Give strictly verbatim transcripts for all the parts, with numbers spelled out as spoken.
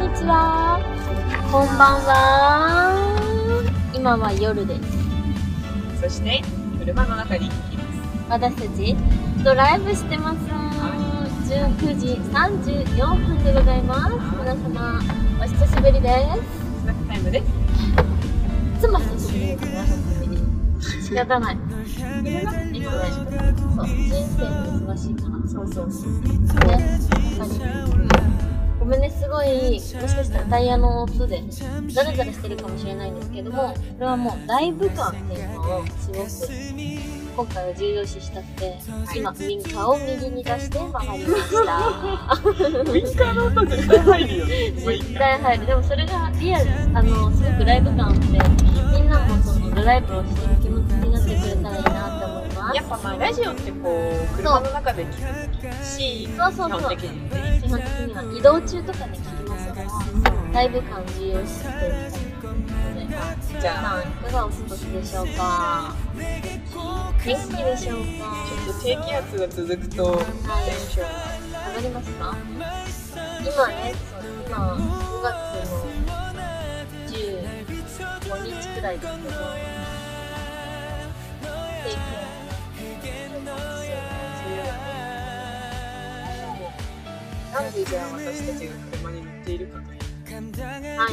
にちは。こんばんは。今は夜です。 そして車の中にいます。 私たちドライブしてます。じゅうくじさんじゅうよんぷんでございます。皆様お久しぶりです。 スナックタイムです。 いつも久しぶりですね。仕方ない。 車って忙しくなる。 そう、人生も忙しいから。 そうそうそう。 ね、わかる。ごめんね、すごい、もしかしたらタイヤの音でザラザラしてるかもしれないんですけども、これはもうライブ感っていうのをすごく今回は重要視したくて、今ウインカーを右に出して曲がりました。 ウインカーの音絶対入るよね。 絶対入る。でもそれがリアル、あのすごくライブ感あって、みんなもそのドライブをしてる気持ちになってくれたらいいなって思います。 やっぱまあラジオってこう車の中で聞くし、 そうそうそう、 基本的にね。 基本的には移動中とかで聞きますから、ライブ感を重要視していきたいので、 じゃあいかがお過ごしでしょうか。元気でしょうか。 ちょっと低気圧が続くとテンション上がりますか。今ね、そう今ごがつのじゅうごにちくらいですけど、低気圧なんでじゃあ私たちが車に乗っているかというはい、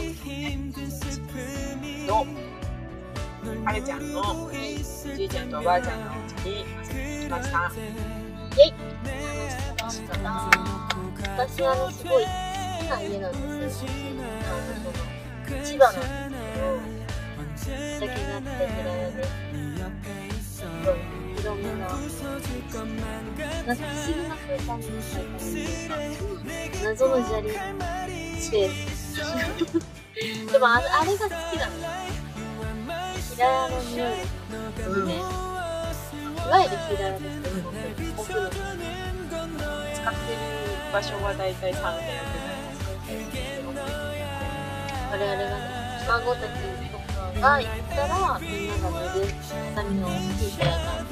のあれちゃんのじいちゃんとおばあちゃんのお家に遊びに来ました。 イェイ。楽しかった。私はね、すごい好きな家なんですよ。あの千葉なんですけど、畑があって平屋で、すごい広めな、なんか不思議な空間に入ったんですか。謎の砂利スペース。でもあれ、あれが好きなの。平屋の匂いが好きで、いわゆる平屋ですけど、お風呂です。 使ってる場所はだいたいさん部屋ぐらい我々がね、孫たちとかが行ったらみんなが寝る畳の大きい部屋があって、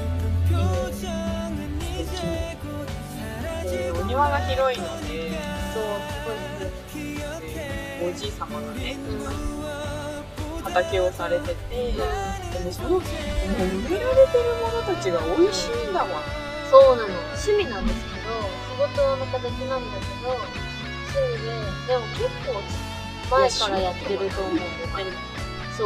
でお庭が広いので、 そうすごい広い。 でおじい様がね、 うん、 畑をされてて、でもその植えられてるものたちが美味しいんだわ。 そうなの。趣味なんですけど、仕事はまた別なんだけど、趣味で、でも結構前からやってると思うんですよ。そう、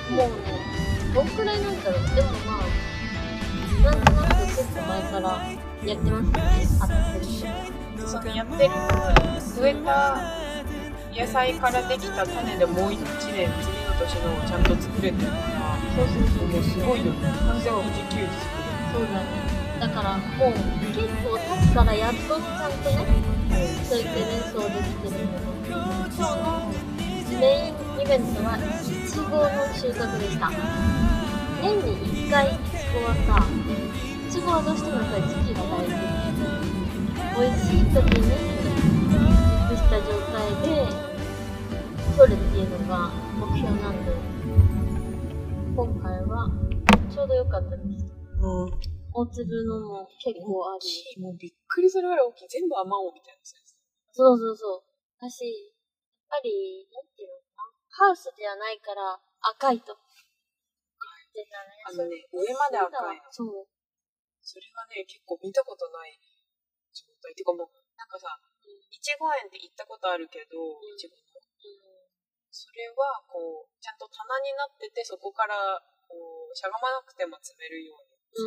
もうね、どんくらいなんだろう。でもまあ、なんとなく結構前からやってますね。畑で。 そのやってる植えた野菜からできた種でもう一年次の年のをちゃんと作れてるから、 そうそうそう、 もうすごいよね。完全に自給自足。 そうだね。だからもう結構経つからやっとちゃんとね、そういって連想できてるんだけど、今日のメインイベントはイチゴの収穫でした。年にいっかいイチゴはさ、イチゴはどうしてもやっぱり時期が大事で、美味しい時に熟した状態で取るっていうのが目標なんで、今回はちょうど良かったです。 うん、 大粒のも結構あり、 もうびっくりするぐらい大きい。全部アマオみたいなサイズ。 そうそうそう。私、やっぱり、なんていうのかな、ハウスではないから赤いと。出たね。 あのね、上まで赤いの。 そう。 それがね、結構見たことない状態。てかもう、なんかさ、いちご園って行ったことあるけど、いちごの。それは、こう、ちゃんと棚になってて、そこから、こう、しゃがまなくても積めるように。うん。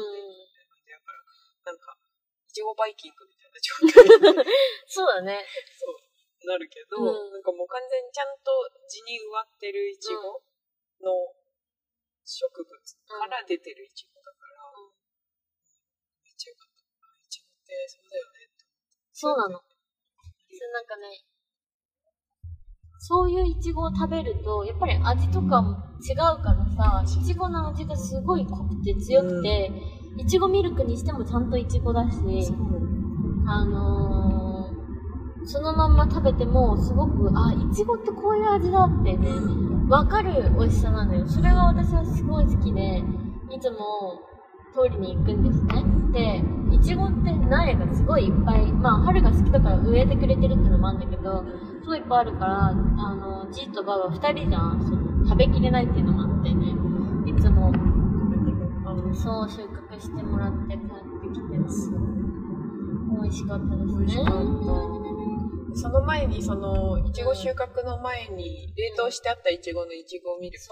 だから、なんか、いちごバイキングみたいな状態。 そうだね。 そう。なるけど、うん、なんかもう完全にちゃんと地に植わってるイチゴの植物から出てるイチゴだから、うん、めっちゃよかった。イチゴってそうだよねって。 そうなの。なんかね、そういうイチゴを食べると、やっぱり味とかも違うからさ、イチゴの味がすごい濃くて強くて、いちごミルクにしてもちゃんとイチゴだし、あのー、そのまんま食べてもすごく、あ、イチゴってこういう味だってね、わかる美味しさなのよ。それが私はすごい好きで、いつも通りに行くんですね。で、いちごって苗がすごいいっぱい、まあ春が好きだから植えてくれてるっていうのもあるんだけど、すごいいっぱいあるから、あの、じいとばはふたりじゃん、その食べきれないっていうのもあってね、いつも、そう、収穫してもらって帰ってきてます。美味しかったですね。美味しかった。 その前に、その、いちご収穫の前に、冷凍してあったいちごのいちごミルク。 そう。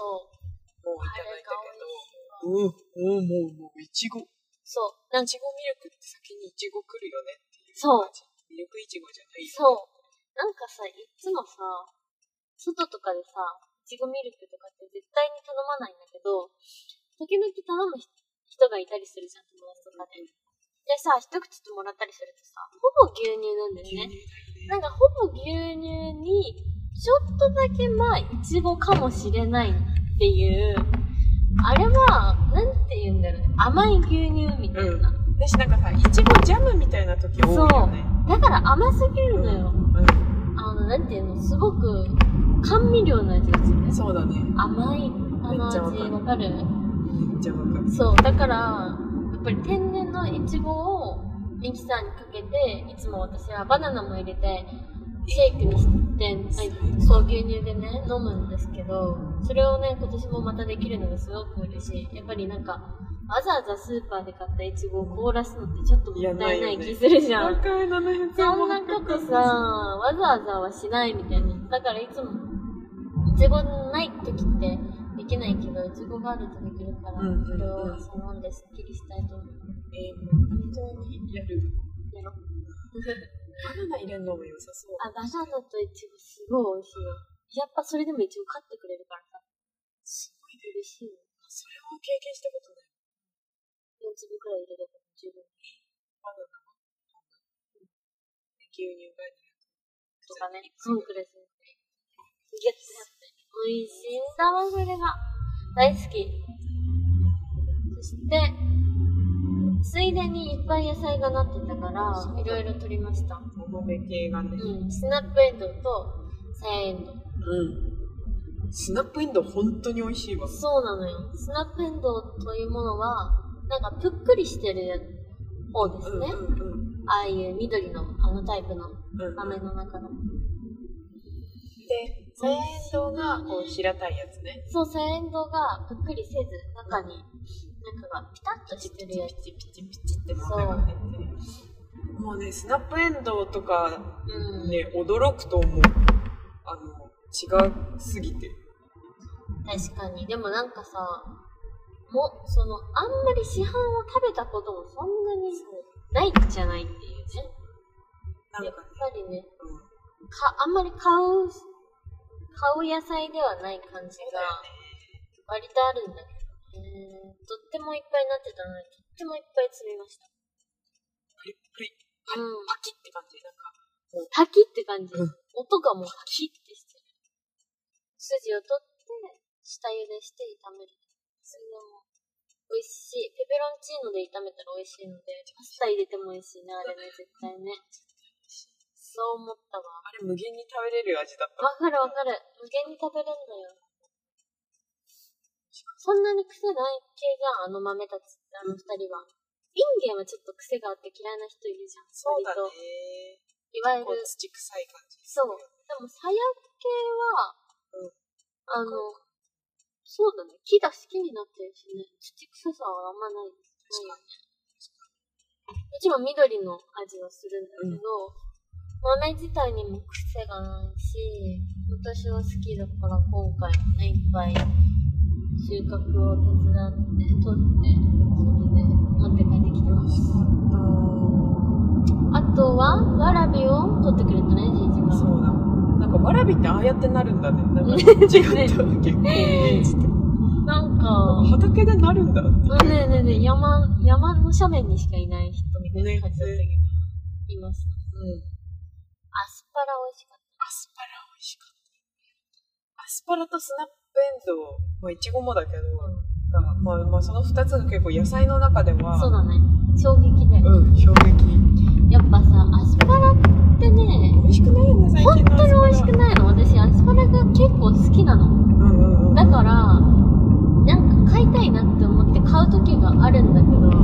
もういただいたけど。うん、うん、もう、もう、いちご。 そう。なんいちごミルクって先にいちご来るよねっていう。 そう。 ミルクいちごじゃない、ね。 そう。なんかさ、いつもさ、外とかでさ、いちごミルクとかって絶対に頼まないんだけど、時々頼む人がいたりするじゃん、友達とかで。でさ、一口ともらったりするとさ、ほぼ牛乳なんだよね。なんかほぼ牛乳に、ちょっとだけまあ、いちごかもしれないっていう、あれは、なんて言うんだろうね。甘い牛乳みたいな。うん、 私なんかさ、いちごジャムみたいな時多いよね。 そう。だから甘すぎるのよ。うんうん、あの、なんていうの、すごく、甘味料の味がする。 そうだね。 甘い、あの味、わかる？ めっちゃわかる。 そう、だから、やっぱり天然のいちごをミキサーにかけて、いつも私はバナナも入れて、シェイクにして、そう、牛乳でね、飲むんですけど、それをね、今年もまたできるのがすごく嬉しい。やっぱりなんか、わざわざスーパーで買ったイチゴを凍らすのってちょっともったいない気するじゃん。 高いななひゃくえん。 そんなことさ、わざわざはしないみたいな。だからいつも、イチゴない時ってできないけど、イチゴがあるとできるから、うんうんうん、それを朝飲んですっきりしたいと思う。 えー、本当にやる。 やろ。 バナナ入れるのも良さそう。 あ、バナナとイチゴすごい美味しいよ。やっぱそれでもイチゴ買ってくれるからさ。 すごいね。 嬉しいよ。 それも経験したことない。 よんつぶくらい入れれば十分。 バナナは、うん、牛乳がにひゃくとかね、そんくらいする。ギュッとやって。美味しいんだわ、それが。大好き。そして、ついでにいっぱい野菜がなってたから、いろいろ取りました。 お豆系がね。 うん。スナップエンドウと、サヤエンドウ。 うん。スナップエンドウ本当に美味しいわ。 そうなのよ。スナップエンドウというものは、なんかぷっくりしてる方ですね。うんうんうん、ああいう緑のあのタイプの豆の中の。うんうん、 で、サヤエンドウがこう平たいやつね。 そう、サヤエンドウがぷっくりせず、中に中がピタッとしてるやつ。 ピチピチピチピチって豆が出て。もうね、スナップエンドウとかね、うん、驚くと思う。あの、違うすぎて。 確かに。でもなんかさ、もそのあんまり市販を食べたこともそんなにないじゃないっていうね。なんかね、やっぱりね、うん、かあんまり買う買う野菜ではない感じが割とあるんだけど、ね、とってもいっぱいになってたのでとってもいっぱい積みました。 プリプリ、パリ、うん、パキって感じなんか。 パキって感じ。うん、音がもうパキってしてる。筋を取って下茹でして炒める。それでも美味しい。ペペロンチーノで炒めたら美味しいので、パスタ入れても美味しいね、あれね、絶対ね。そう思ったわ。 あれ無限に食べれる味だった。 わかるわかる。無限に食べれるのよ。そんなに癖ない系じゃん、あの豆たちって、あの二人は。インゲンはちょっと癖があって嫌いな人いるじゃん。 そうだね。 いわゆる。 土臭い感じ。 そう。でも、さや系は、うん、あの、そうだね。木だし木になってるしね。土臭さはあんまないです。ないよね。もちろん緑の味はするんだけど、うん、豆自体にも癖がないし、私は好きだから今回もね、いっぱい収穫を手伝って、取って、それで持って帰ってきてます。あとは、わらびを取ってくれたね、じいじが。 そうだ。なんかわらびってああやってなるんだね。なんか違った結構ね。 なんか畑でなるんだって。 ねえねえねえ山山の斜面にしかいない人みたいな感じだったけど、ね、いました。うん。アスパラ美味しかった。 アスパラ美味しかった。アスパラとスナップエンドウ、まあいちごもだけど、うん、まあまあその二つが結構野菜の中では。 そうだね。衝撃で。 うん、衝撃。 やっぱさ、アスパラってね、 美味しくないよね、最近のアスパラ。 本当に美味しくないの。私、アスパラが結構好きなの。うんうんうん、だから、なんか買いたいなって思って買う時があるんだけど、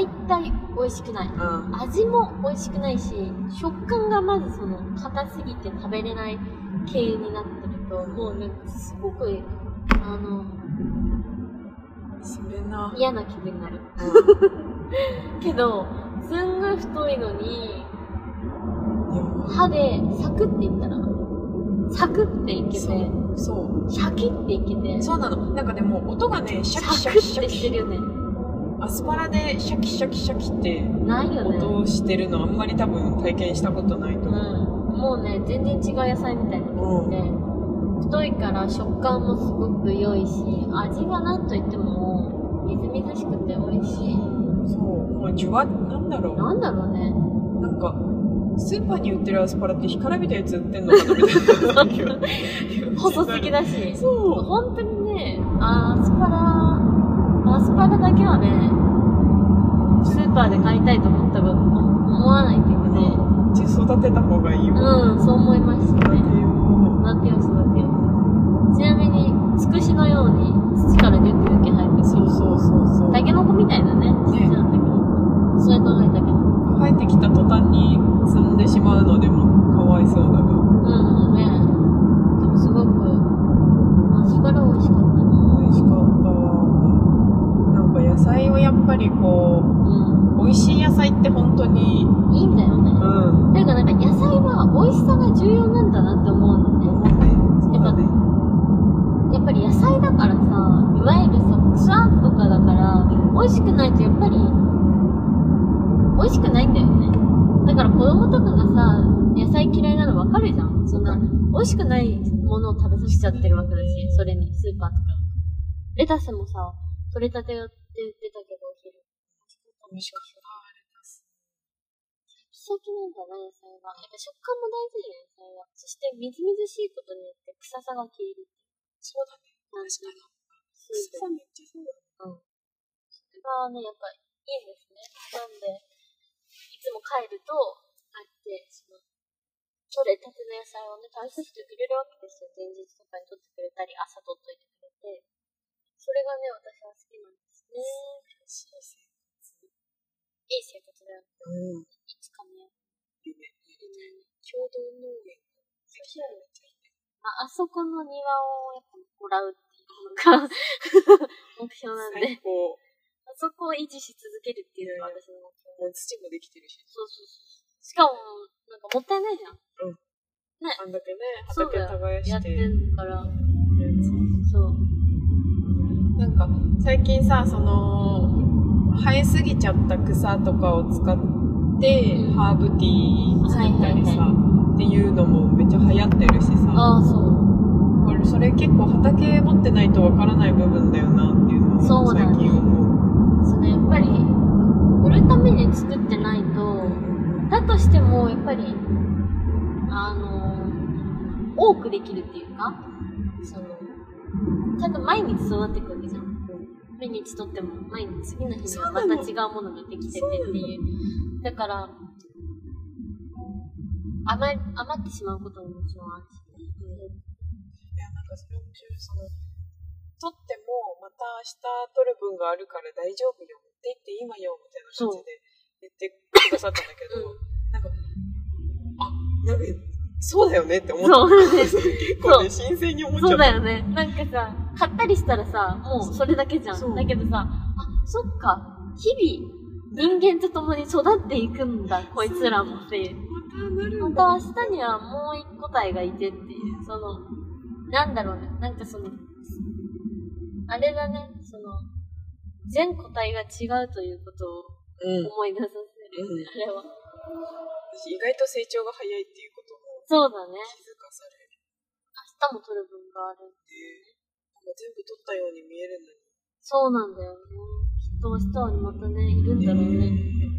大体美味しくない。味も美味しくないし、食感がまずその硬すぎて食べれない系になってると、もうなんかすごくあのそれな嫌な気分になる。けどすんごい太いのに歯でサクっていったらサクっていけて、 そうそうシャキっていけて、 そうなの。なんかでも音がねシャキシャキシャキしてるよね。 アスパラでシャキシャキシャキってないよね。 音してるのあんまり多分体験したことないと思う。 うん、もうね全然違う野菜みたいになってて、うん、太いから食感もすごく良いし、味はなんといってもみずみずしくて美味しい。 そう、まあ、ジュワなんだろう。 なんだろうね。 なんかスーパーに売ってるアスパラって干からびたやつ売ってんのかなみたいな。 細すぎだし。 そう。 本当にね、アスパラ、アスパラだけはね、スーパーで買いたいと思ったら思わないっていうかね。 うち育てた方がいいよ。 うん、そう思いましたね。 育てよう。 育てよう、育てよう。ちなみに、つくしのように土からギュッギュッギュ生えてくる。 そうそうそうそう。 タケノコみたいなね、土なんだけど。そういうのがいたけど。 生えてきた途端に積んでしまうのでもかわいそうだが。 うんね。でもすごく、アスパラ美味しかったな。 美味しかった。なんか野菜はやっぱりこう、うん、美味しい野菜って本当にいいんだよね。うん。ていうかなんか野菜は美味しさが重要なんだなって思うのね。 思うね。 やっぱ、ね、やっぱり野菜だからさ、いわゆるさ、草とかだから、美味しくないとやっぱり、美味しくないんだよね。だから子供とかがさ、野菜嫌いなの分かるじゃん。そんな、美味しくないものを食べさせちゃってるわけだし、それに、スーパーとか。レタスもさ、取れたてよって言ってたけど、お昼。 美味しかった。レタス。 シャキシャキなんだな、野菜は。やっぱ食感も大事よ、野菜は。そして、みずみずしいことによって臭さが消える。 そうだね。確かに。臭さめっちゃそうだね。うん。 それがね、やっぱいいんですね。なんで、いつも帰ると、あって、その、取れたての野菜をね、食べさせてくれるわけですよ。前日とかに取ってくれたり、朝取っといてくれて。それがね、私は好きなんですね。 素晴らしい生活。 いい生活だよ。 うん。 いつかね。 夢、やりたい。共同農園。 そうしようよ。あ、あそこの庭をやっぱもらうっていうのが目標なんで。 最高。 あそこを維持し続けるっていうのが私の目標。 もう土もできてるし。 そうそうそう。しかも、なんかもったいないじゃん。 うん。 ね。 あんだけね、畑耕して。 やってんから。そう。 なんか、最近さ、その、生えすぎちゃった草とかを使って、うん、ハーブティー作ったりさ、はいはいはい、っていうのもめっちゃ流行ってるしさ。 ああ、そう。 これ、それ結構畑持ってないとわからない部分だよなっていうのを最近思う。 そうだね。やっぱり、売るために作ってないと、だとしても、やっぱり、あの、多くできるっていうか、その、ちゃんと毎日育っていくわけじゃん。毎日とっても、毎日次の日にはまた違うものができててっていう。だから、余余ってしまうことももちろんあるし。 いや、なんかそれ面白い。その、取っても、また明日取る分があるから大丈夫よ。って言って今よ、みたいな感じで言ってくださったんだけど、うん、なんか、あ、なんか、そうだよねって思った。 そうね。 結構ね、新鮮に思っちゃった。 そうだよね。なんかさ、買ったりしたらさ、もうそれだけじゃん。だけどさ、あ、そっか、日々、人間と共に育っていくんだ、こいつらもっていう。また明日にはもう一個体がいてっていう、その、なんだろうね、なんかその、あれだね、その、全個体が違うということを思い出させる、うん、あれは。 意外と成長が早いっていうこともそうだね。 気づかされる。 明日も取る分があるんで、 ね。なんか全部取ったように見えるのに。 そうなんだよね。きっと明日はまたね、いるんだろうね。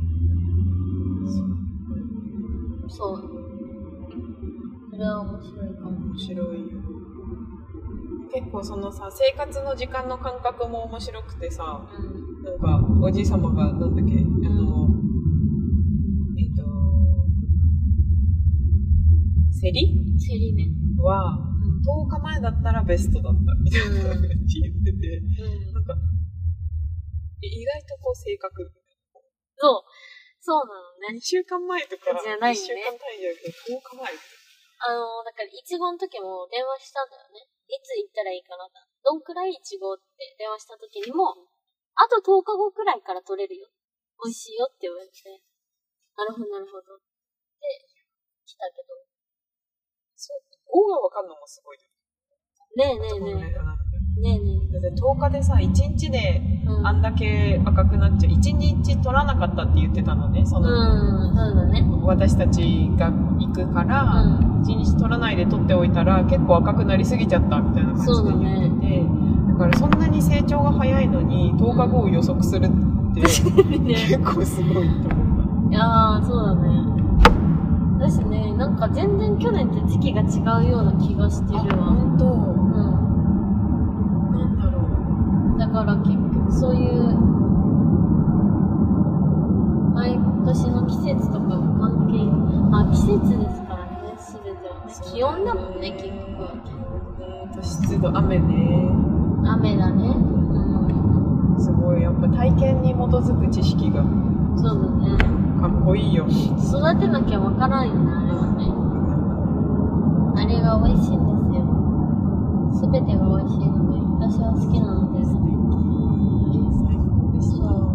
そう。それは面白いかも。 面白いよ。結構そのさ、生活の時間の感覚も面白くてさ、うん、なんかおじい様がなんだっけ、うん、あの、えっと、競り競りね。 は、うん、とおかまえだったらベストだったみたいな感じ言ってて、うん、なんか、意外とこう性格、 そう。そうなのね。 にしゅうかんまえとか、 じゃないよね。 いっしゅうかん単位じゃなくてとおかまえ。 あの、だから、いちごの時も電話したんだよね。いつ行ったらいいかな。どんくらいいちごって電話した時にも、あととおかごくらいから取れるよ。美味しいよって言われて。なるほど、なるほど。で、来たけど。 そう。ごがわかんのもすごい。 ねえねえねえ。ねえねえ。 だってとおかでさ、いちにちであんだけ赤くなっちゃう。いちにち取らなかったって言ってたのね。その、 うん、そうだね。 私たちが行くから、うん、いちにち取らないで取っておいたら結構赤くなりすぎちゃったみたいな感じで言ってて、 だ,、ね、だからそんなに成長が早いのにとおかごを予測するって結構すごいと思った。 いやー、そうだね。私ね、なんか全然去年と時期が違うような気がしてるわ。 本当。 うん。 なんだろう。 だから結局そういう毎年の季節とかも関係、まあ季節ですからね、すべてはね。気温だもんね、結局は。 えーと、湿度、雨ね。 雨だね。うん。 すごい、やっぱ体験に基づく知識が。 そうだね。 かっこいいよ。 育てなきゃわからんよね、あれはね。あれが美味しいんですよ。すべてが美味しいので、私は好きなのです。 最高でした。そう。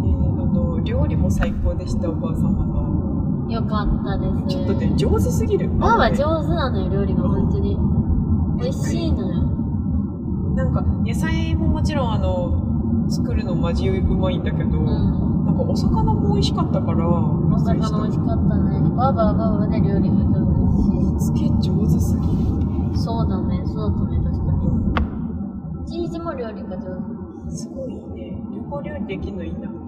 えー、あの、料理も最高でした、おばあ様の。 よかったです。 ちょっとね、上手すぎる。 ばあは上手なのよ、料理が本当に。美味しいのよ。 なんか、野菜ももちろんあの、作るのマジうまいんだけど、うん、なんかお魚も美味しかったから。 お魚美味しかったね。ばあばはばあばで料理が上手ですし。 つけ上手すぎる。 そうだね、そうだね、確かに。チーズも料理が上手。 すごいね。両方料理できるのいいな。うん。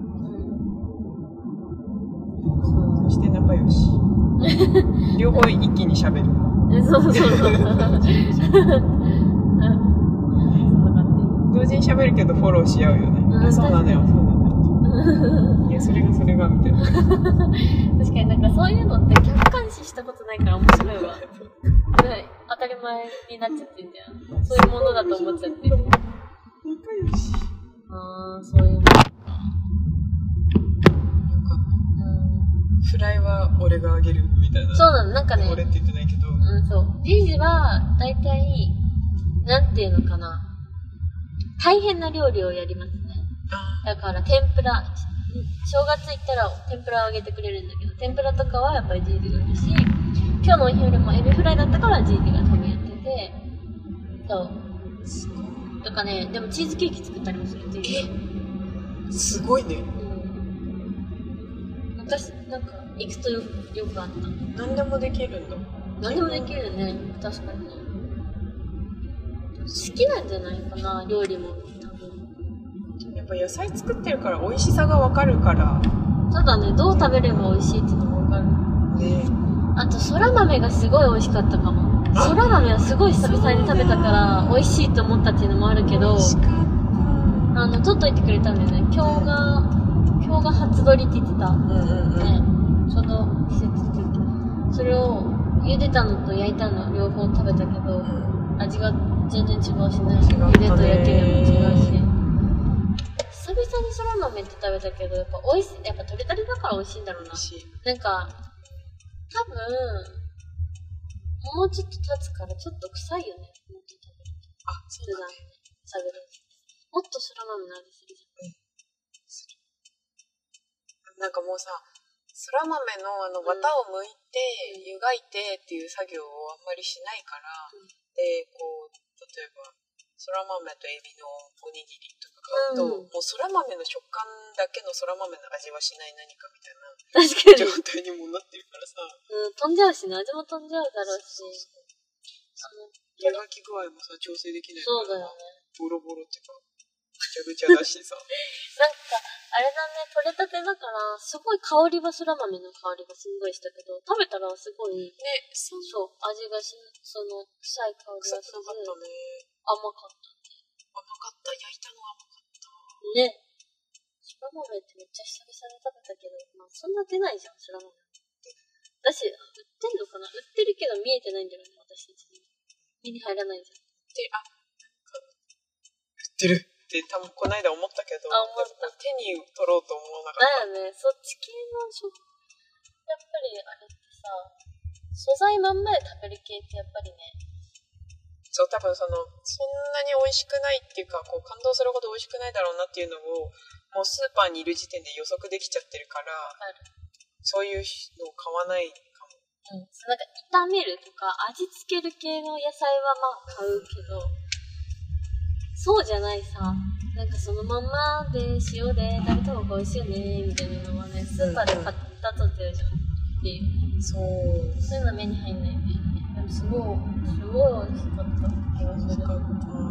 そう。 そして仲良し。両方一気に喋る。 そうそうそう。 同時に喋るけどフォローし合うよね。うん、そうなのよ、そうなのよ。いや、それがそれがみたいな。確かになんかそういうのって客観視したことないから面白いわ。当たり前になっちゃってんじゃん。そういうものだと思っちゃってる。 仲良し。 ああ、そういうものか。なんか、 うん、フライは俺があげるみたいな。 そうなの、なんかね。 俺って言ってないけど。 うん、そう。じいじは、だいたい、なんていうのかな。大変な料理をやりますね。だから天ぷら、正月行ったら天ぷらをあげてくれるんだけど、天ぷらとかはやっぱりじいじがやるし、今日のお昼もエビフライだったからじいじが多分やってて、そう。とかね、でもチーズケーキ作ったりもするじいじが。すごいね。 うん。私、なんか、行くと よ, よくあった。 何でもできるんだ。 何でもできるね、確かにね。好きなんじゃないかな、料理も。 やっぱ野菜作ってるから美味しさが分かるから。 そうだね、どう食べれば美味しいっていうのも分かる。ね。あと、そら豆がすごい美味しかったかも。そら豆はすごい久々に食べたから美味しいと思ったっていうのもあるけど、あの、取っといてくれたんだよね。今日が、今日が初取りって言ってた。うんうんうん。ね。ちょうど季節っていうか。それを茹でたのと焼いたの両方食べたけど、味が全然違うしね。茹でと焼きでも違うし。久々にそら豆って食べたけど、やっぱ美味しい、やっぱ取れたてだから美味しいんだろうな。なんか、多分、もうちょっと経つからちょっと臭いよね。もうちょっと食べると。 あ、そうだね。 食べる。もっとそら豆の味するじゃん。 うん。なんかもうさ、そら豆のあの綿を剥いて、うん、湯がいてっていう作業をあんまりしないから、うん、で、こう、例えば、そら豆とエビのおにぎりとか買うと、うん、もうそら豆の食感だけのそら豆の味はしない何かみたいな状態にもなってるからさ。 うん、飛んじゃうしね、味も飛んじゃうだろうし。 あの、湯がき具合もさ、調整できないから。 そうだよね。 ボロボロっていうか、ぐちゃぐちゃだしさ。 なんか、あれだね、取れたてだから、すごい香りはそら豆の香りがすごいしたけど、食べたらすごい、ね、そう、味がし、その、臭い香りがする。 臭くなかったね。 甘かったね。 甘かった。焼いたの甘かった。 ね。そら豆ってめっちゃ久々に食べたけど、まあそんな出ないじゃん、そら豆。私、売ってんのかな？売ってるけど見えてないんだよね、私たちに。目に入らないじゃん。 で、あ、売ってる。 って多分この間思ったけど、 あ思った。 手に取ろうと思わなかった。 だよね、そっち系の食、やっぱりあれってさ、素材まんまで食べる系ってやっぱりね。 そう、多分その、そんなに美味しくないっていうか、こう感動するほど美味しくないだろうなっていうのを、もうスーパーにいる時点で予測できちゃってるから、そういうのを買わないかも。 うん、なんか炒めるとか味付ける系の野菜はまあ買うけど、そうじゃないさ、なんかそのまんまで塩で食べた方が美味しいよねみたいなのはね、スーパーで買ったとってるじゃんっていう。そう。そういうのは目に入んないんだよね。でもすごい、すごい美味しかった気がする。よかった。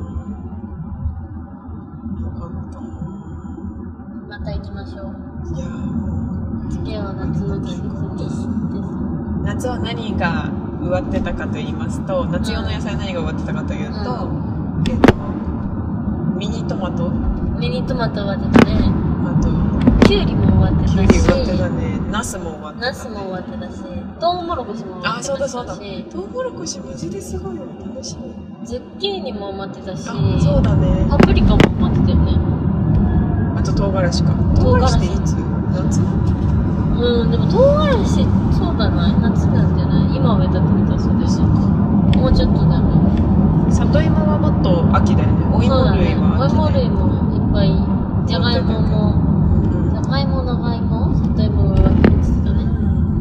よかった。また行きましょう。いや次は夏の季節です。 夏は何が植わってたかと言いますと、夏用の野菜何が植わってたかというと、うん、えっと、ミニトマトミニトマト植わってたね。 あと、 キュウリも植わってたし、 キュウリ植わってたね。ナスも植わってた、ね。 ナスも植わってたし、トウモロコシも植わってたし。あ、そうだそうだ。 トウモロコシマジですごいよ。楽しみ。 ズッキーニも植わってたし、 あ、そうだね。 パプリカも植わってたよね。 あと唐辛子か。唐辛子っていつ？夏？ うん、でも唐辛子、そうだな、夏なんじゃない？今植えたってことはそうですよ。もうちょっとだね。 里芋はもっと秋だよね。お芋類は秋、ね。 お芋類もいっぱい。じゃがいもも、じゃがいも、長芋、里芋が植わってたね。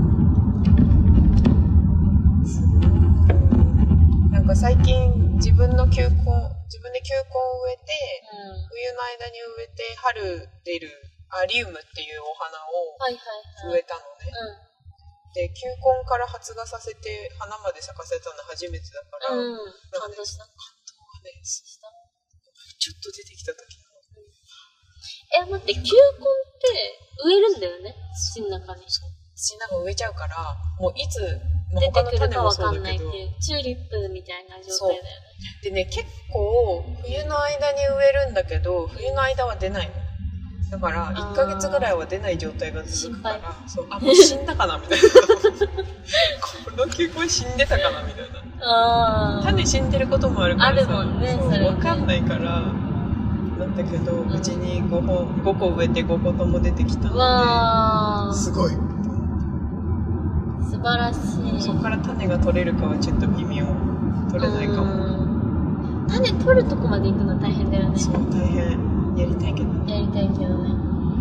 なんか最近自分の球根、自分で球根を植えて、うん、冬の間に植えて春出るアリウムっていうお花を植えたのね。はいはいはい、うんで、球根から発芽させて花まで咲かせたの初めてだから、うん、 感動した。 感動がね、したちょっと出てきた時の。え、待って、球根って植えるんだよね、土の中に。 土の中植えちゃうから、もういつ、 まあ、他の種もそうだけど、チューリップみたいな状態だよね。 でね、結構冬の間に植えるんだけど、冬の間は出ないの。だからいっかげつぐらいは出ない状態が続くから、そう、あ、もう死んだかなみたいなこの球根死んでたかなみたいな。あ種死んでることもあるからさ、 あるもんね、 そう、分かんないからなんだけど、うちにごほんごこ植えてごことも出てきたので、わすごい素晴らしい。 そこから種が取れるかはちょっと微妙、取れないかも。 種取るとこまで行くの大変だよね。 そう、大変。やりたいけどやりたいけどね。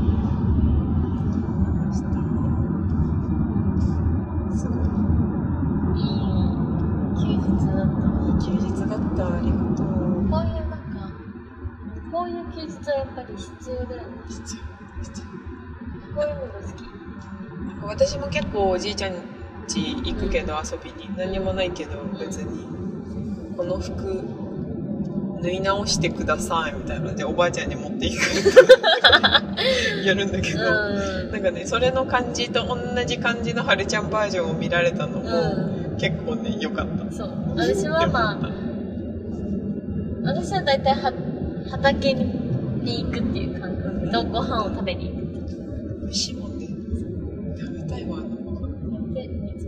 すごいいい休日だった。 いい休日だった。ありがとう。 こういうなんかこういう休日はやっぱり必要だよね。 必要必要。 こういうのが好き。 私も結構おじいちゃん家行くけど、うん、遊びに何もないけど、うん、別にこの服縫い直してくださいみたいなのでおばあちゃんに持っていくやるんだけど、うん、なんかね、それの感じと同じ感じのはるちゃんバージョンを見られたのも、うん、結構ね良かった。そう、 私はまあ私はだいたい畑に行くっていう感覚とご飯を食べに行く。 美味しいもんね。食べたいわ。で、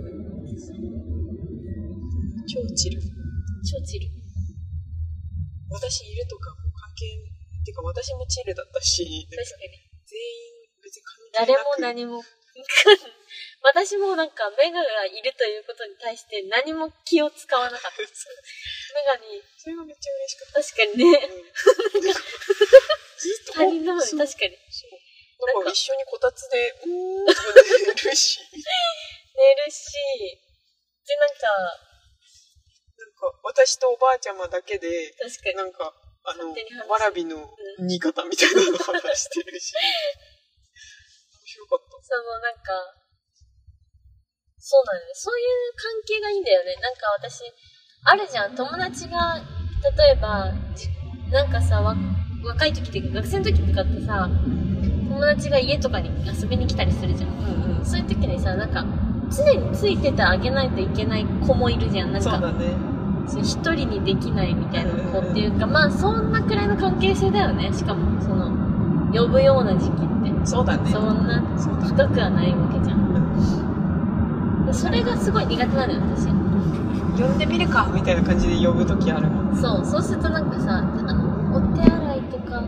超チル。 超チル。 私いるとかも関係っていうか、私もチルだったし、 確かに全員別に関係なく誰も何も私もなんかメガがいるということに対して何も気を使わなかったメガにそれがめっちゃ嬉しかった。 確かにね、他人なのに確かにそうなんか一緒にこたつでうーんとか寝るし寝るしでなんかなんか私とおばあちゃまだけで確かになんかあのわらびの煮方みたいなのを話してるし、面白かった。 そのなんかそうなんだよね、そういう関係がいいんだよね。なんか私あるじゃん、友達が例えばなんかさわ若い時って学生の時とかってさ友達が家とかに遊びに来たりするじゃん、うんうん、そういう時にさなんか常についててあげないといけない子もいるじゃん。なんかそうだね、 一人にできないみたいな子っていうか、まあそんなくらいの関係性だよね。しかもその呼ぶような時期ってそうだね、 そんな深くはないわけじゃん、うん、それがすごい苦手なのよ私。 呼んでみるかみたいな感じで呼ぶ時あるもん。 そう、そうするとなんかさあのお手洗いとか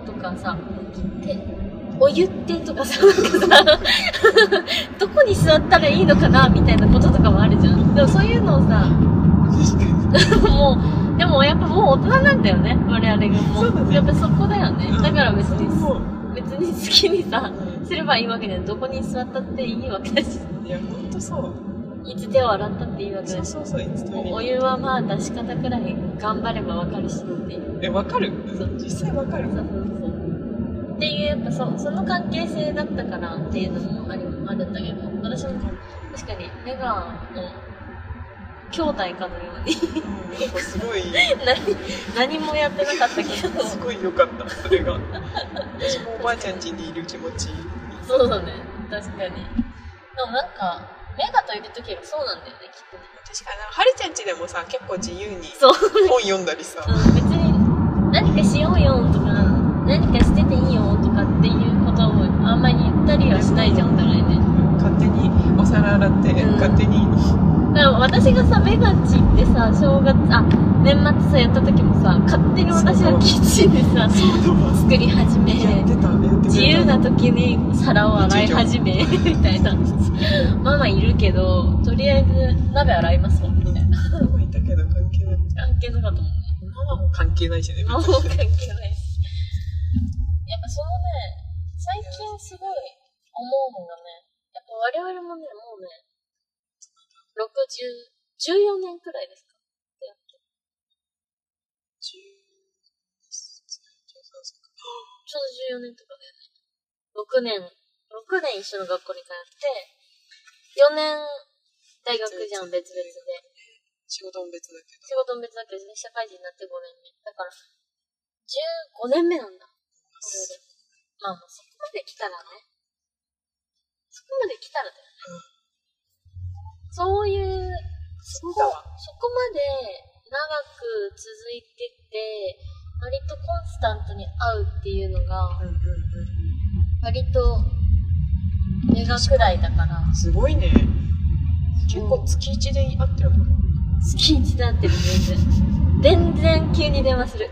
とかさ、でお湯ってとかさ、なんかさどこに座ったらいいのかなみたいなこととかもあるじゃん。でもそういうのをさもうでもやっぱもう大人なんだよね、我々がもう。そうだね、やっぱそこだよね。だから別に別に好きにさすればいいわけじゃない。どこに座ったっていいわけだし。 いやほんとそう。 いつ手を洗ったっていいわけだし。 そうそうそう、いつトイレ。 お湯はまあ出し方くらい頑張ればわかるしっていう。 え、わかる？ そう実際わかる。そうそうそう。 っていうやっぱ そ, その関係性だったからっていうのもあるあるんだけど、私も確かに目がもう兄弟かのようになんかすごい何, 何もやってなかったけどすごい良かったそれが。私もおばあちゃん家にいる気持ちいい。 そうだね、確かに。でもなんか目がといるときはそうなんだよね、きっとね。 確かにはるちゃん家でもさ結構自由に本読んだりさ、 うん、別に何かしようよとか何かしてていいよとかっていうことをあんまり言ったりはしないじゃん、お互いね。 勝手にお皿洗って、うん、勝手に。 だから私がさ、メガチってさ、正月、あ、年末さやった時もさ、勝手に私はキッチンでさ、作り始め、自由な時に皿を洗い始め、みたいな。ママいるけど、とりあえず鍋洗いますわ、みたいな。 ママいたけど関係ない。 関係なかったもんね。 ママも関係ないしね。 ママも関係ないし。やっぱそのね、最近すごい思うのがね、やっぱ我々もね、もうね、ろくじゅう、じゅうよねんくらいですかってやって。 じゅうさんさいか。 ちょうどじゅうよねんとかだよね。ろくねん、ろくねん一緒の学校に通って、よねん大学じゃん、別々で。 仕事も別だけど。 仕事も別だけど、社会人になってごねんめ。だから、じゅうごねんめなんだ。まあ、そこまで来たらね。そこまで来たらだよね。うん、そういう、そこ、そこまで長く続いてて、割とコンスタントに会うっていうのが、うんうんうん、割とメガくらいだから。すごいね。結構月いちで会ってるもん。 月いちで会ってる、全然。全然急に電話する。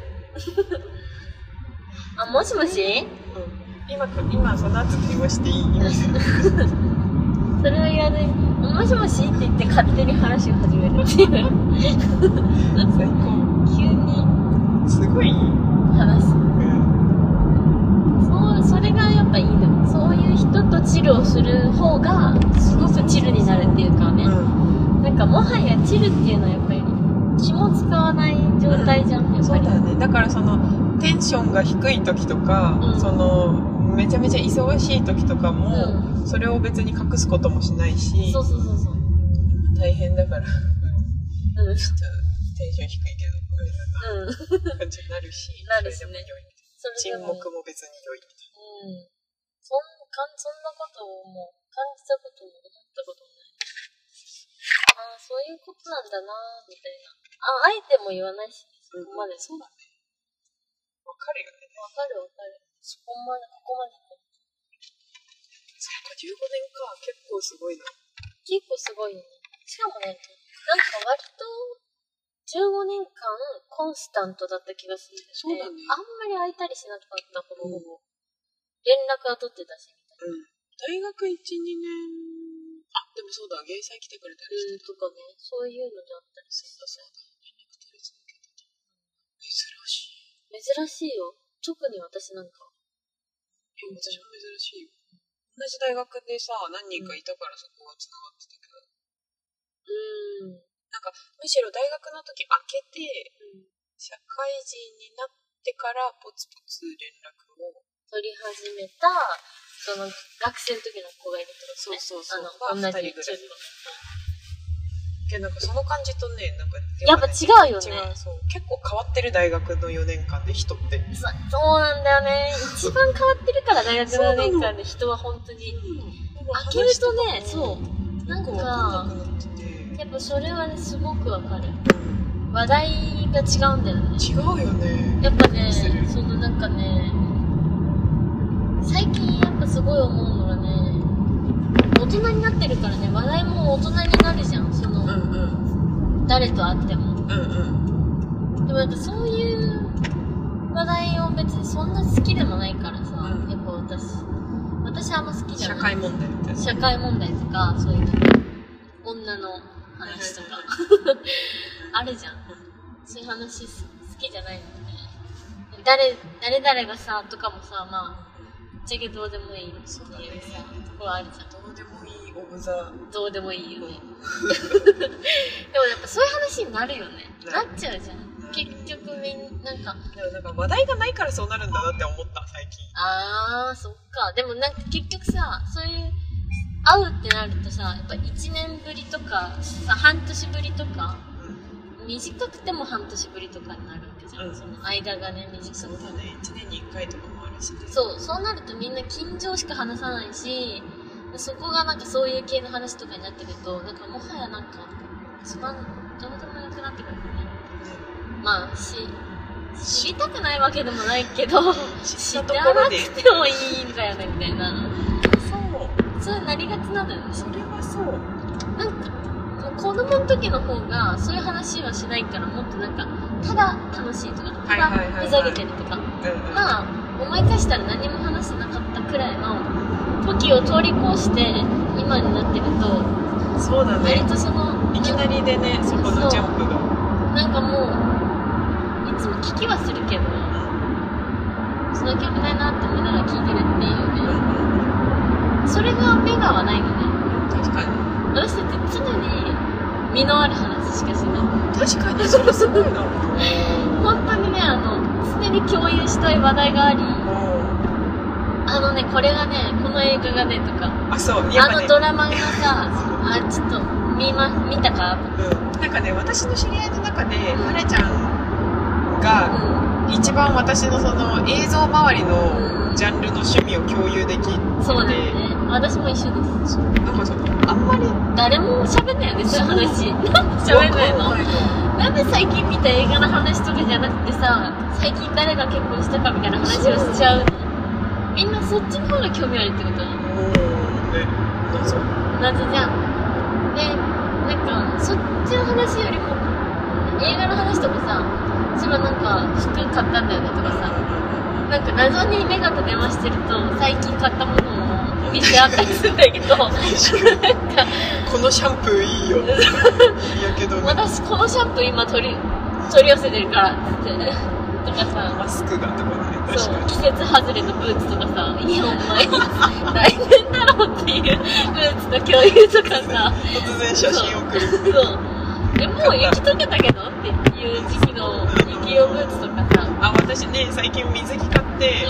あ、もしもし、うん、 今、今その後電話していいそれは言わない。もしもしって言って勝手に話を始めるっていう。 最高。 急に。 すごい話す。うん。そう、それがやっぱいいの。そういう人とチルをする方が、すごくチルになるっていうかね。うん、なんかもはやチルっていうのはやっぱり、気も使わない状態じゃん、うん、やっぱり。 そうだね。だからその、テンションが低い時とか、うん、そのめちゃめちゃ忙しい時とかも、うん、それを別に隠すこともしないし、 そうそうそうそう、 大変だから、うん、ちょっとテンション低いけど、うん、感じになるし、 なるしね、 沈黙も別に良いみたいな。 うん、そんかんそんなことをもう感じたことも思ったこともない。ああ、そういうことなんだなみたいな。あ、あえても言わないし、そこまで。 そうだね。わかるよね。 わかるわかる。そこまで、ここまで。 そっか、じゅうごねんか。結構すごいな。 結構すごいよね。しかもね、なんか割と、じゅうごねんかんコンスタントだった気がするんですね。そうだね。あんまり会いたりしなかったほぼほぼ。連絡は取ってたし、みたいな。うん。 大学いち、にねん、あ、でもそうだ、芸祭来てくれたりしてた。うん、とかね、そういうのであったりする。 そうだそうだ。連絡取り続けてた。珍しい。 珍しいよ。特に私なんか。 え、私も珍しいよ。同じ大学でさ、何人かいたからそこが繋がってたけど。 うーん。 なんか、むしろ大学の時開けて、うん、社会人になってからポツポツ連絡を取り始めた、その学生の時の子がいるってことね。 そうそうそう。 あの、同じぐらい。 けどなんかその感じとね、なんか、ね、 やっぱ違うよね。 違う、そう。結構変わってる大学のよねんかんで人って。 そ, そうなんだよね。一番変わってるから大学のよねんかんで人は本当に。開けるとね、そう。なんか、やっぱそれはね、すごくわかる。話題が違うんだよね。 違うよね。 やっぱね、そのなんかね、最近やっぱすごい思うのがね、大人になってるからね、話題も大人になるじゃん。その、うんうん、誰と会っても。うんうん、でもなんかそういう話題を別にそんな好きでもないからさ、 うん、 やっぱ私私あんま好きじゃない。 社会問題みたいな。 社会問題とかそういう女の話とかあるじゃん。そういう話好きじゃないので、誰誰々がさとかもさ、まあぶっちゃけどうでもいいっていうさ、ところあるじゃん。 どうでもいいオブザどうでもいいよね。でもやっぱそういう話になるよね。なっちゃうじゃん。結局みんなんかでもなんか話題がないからそうなるんだなって思った最近。 あーそっか。でもなんか結局さ、そういう会うってなるとさ、やっぱいちねんぶりとかさ、半年ぶりとか、うん、短くても半年ぶりとかになるわけじゃん、うん、その間がね短くて。 そうだね、いちねんにいっかいとかもあるし、ね、 そうそうなるとみんな近所しか話さないし、そこがなんかそういう系の話とかになってくると、なんかもはやなんかつまんどうでもなくなってくるよね。まあし知りたくないわけでもないけど知らなくてもいいんだよねみたいな。そうそうなりがちなんだよね。 それはそう。 なんか子供の時の方がそういう話はしないから、もっとなんかただ楽しいとかただふざけてるとか、まあ思い返したら何も話してなかったくらいの時を通り越して今になってると、 そうだね、 割とそのいきなりでね、そこのジャンプがなんかもういつも聞きはするけど、その興味ないなって思いながら聞いてるっていうね、うん、それが目がはないのね。 確かに私たち常に身のある話しかしない。 確かにそれすごいな本当にね、あの常に共有したい話題があり、あのねこれがねこの映画がねとか、 あそうやっぱね、あのドラマがさあちょっと見ま見たか、 うん、なんかね私の知り合いの中ではれちゃんが一番私のその映像周りのジャンルの趣味を共有できて、うん、 そうだよね。私も一緒です。 なんかそのあんまり誰も喋んないよね、そういう話。なんで喋んないの？なんで最近見た映画の話とかじゃなくてさ、最近誰が結婚したかみたいな話をしちゃうの？みんなそっちの方が興味あるってこと？ おー、ね、謎謎じゃん。で、なんかそっちの話よりも映画の話とかさ、それはなんか服買ったんだよねとかさ、なんか謎に目が立てましてると最近買ったものを見てあったりするんだけどなんかこのシャンプーいいよいやけど、ね、 私このシャンプー今取り取り寄せてるからってとかさ、 マスクがとかね、 そう季節外れのブーツとかさ、いやお前来年だろっていうブーツと共有とかさ突然写真送る。 そうえもう雪解けたけどっていう時期の雪用ブーツとかさ、 あ私ね最近水着買って、うん、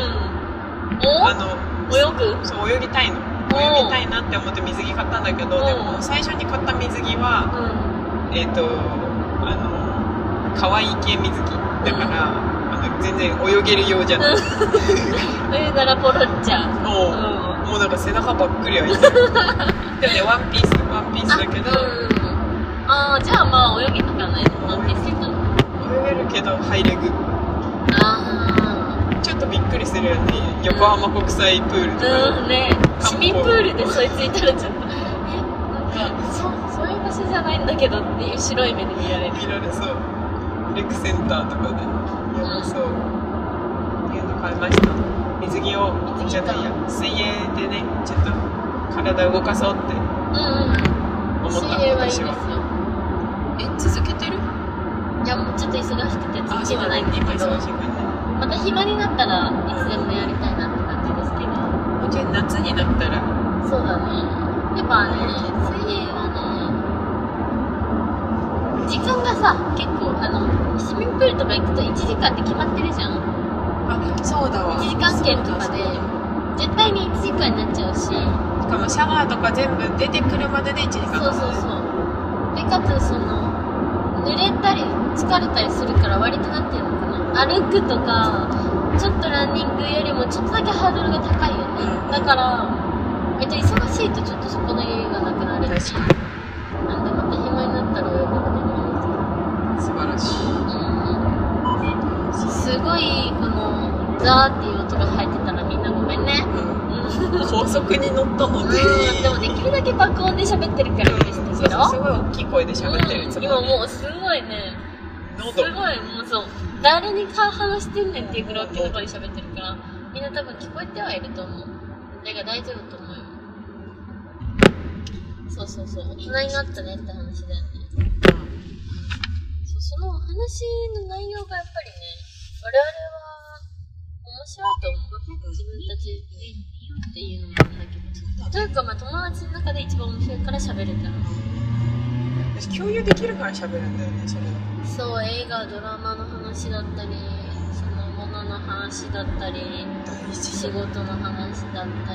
おあの泳ぐそう泳ぎたいの泳ぎたいなって思って水着買ったんだけど、でも最初に買った水着は、うん、えっ、ー、とあの可愛い系水着だから、うん全然泳げるようじゃない泳いだらポロっちゃう。 もう、うん、もうなんか背中ばっくり開いてるでもねワンピースワンピースだけど、 あ、うん、あじゃあまあ泳げなかないワンピースだ泳げるけどハイレグ、 あちょっとびっくりするよね、横浜国際プールとか、 うんね、市民プールでそいついたらちょっとえなんか そ, そういう場所じゃないんだけどっていう白い目で見られる見られそう、レクセンターとかでやばそうっていうの買いました。水着をじゃないや水泳でねちょっと体を動かそうって思った。 水泳はいいですよ。 え続けてる？ いやもうちょっと忙しくて続けてないんですけど、 忙しいからね、 また暇になったらいつでもやりたいなって感じですけど。 じゃあ夏になったらそうだね、やっぱね水泳はね時間がさ結構あの市民プールとか行くといちじかんって決まってるじゃん。 あ、そうだわ。 いちじかん券とかで絶対にいちじかんになっちゃうし、しかもシャワーとか全部出てくるまででいちじかん、 そうそうそう。でかつその濡れたり疲れたりするから割となんていうのかな、歩くとかちょっとランニングよりもちょっとだけハードルが高いよね、うん、だからえっと忙しいとちょっとそこの余裕がなくなるし、なんでまた暇になったら泳ぐのも素晴らしい、 うん、すごいこのザーっていう音が入ってたらみんなごめんね、 うん、高速に乗ったので、 うん、でもできるだけ爆音で喋ってるから許してけど、 すごい大きい声で喋ってるつもり、 うん、今もうすごいねすごい、もうそう、誰にか話してんねんっていうぐらい大きな声で喋ってるから、みんな多分聞こえてはいると思う。だから大丈夫と思うよ。そうそうそう、大人になったねって話だよね。そう、その話の内容がやっぱりね、我々は面白いと思う。自分たちっていうのもなんだけど。というか、まあ友達の中で一番面白いから喋れたら。 私共有できるから喋るんだよね、それは。 そう、映画、ドラマの話だったり、そのものの話だったり、仕事の話だったり、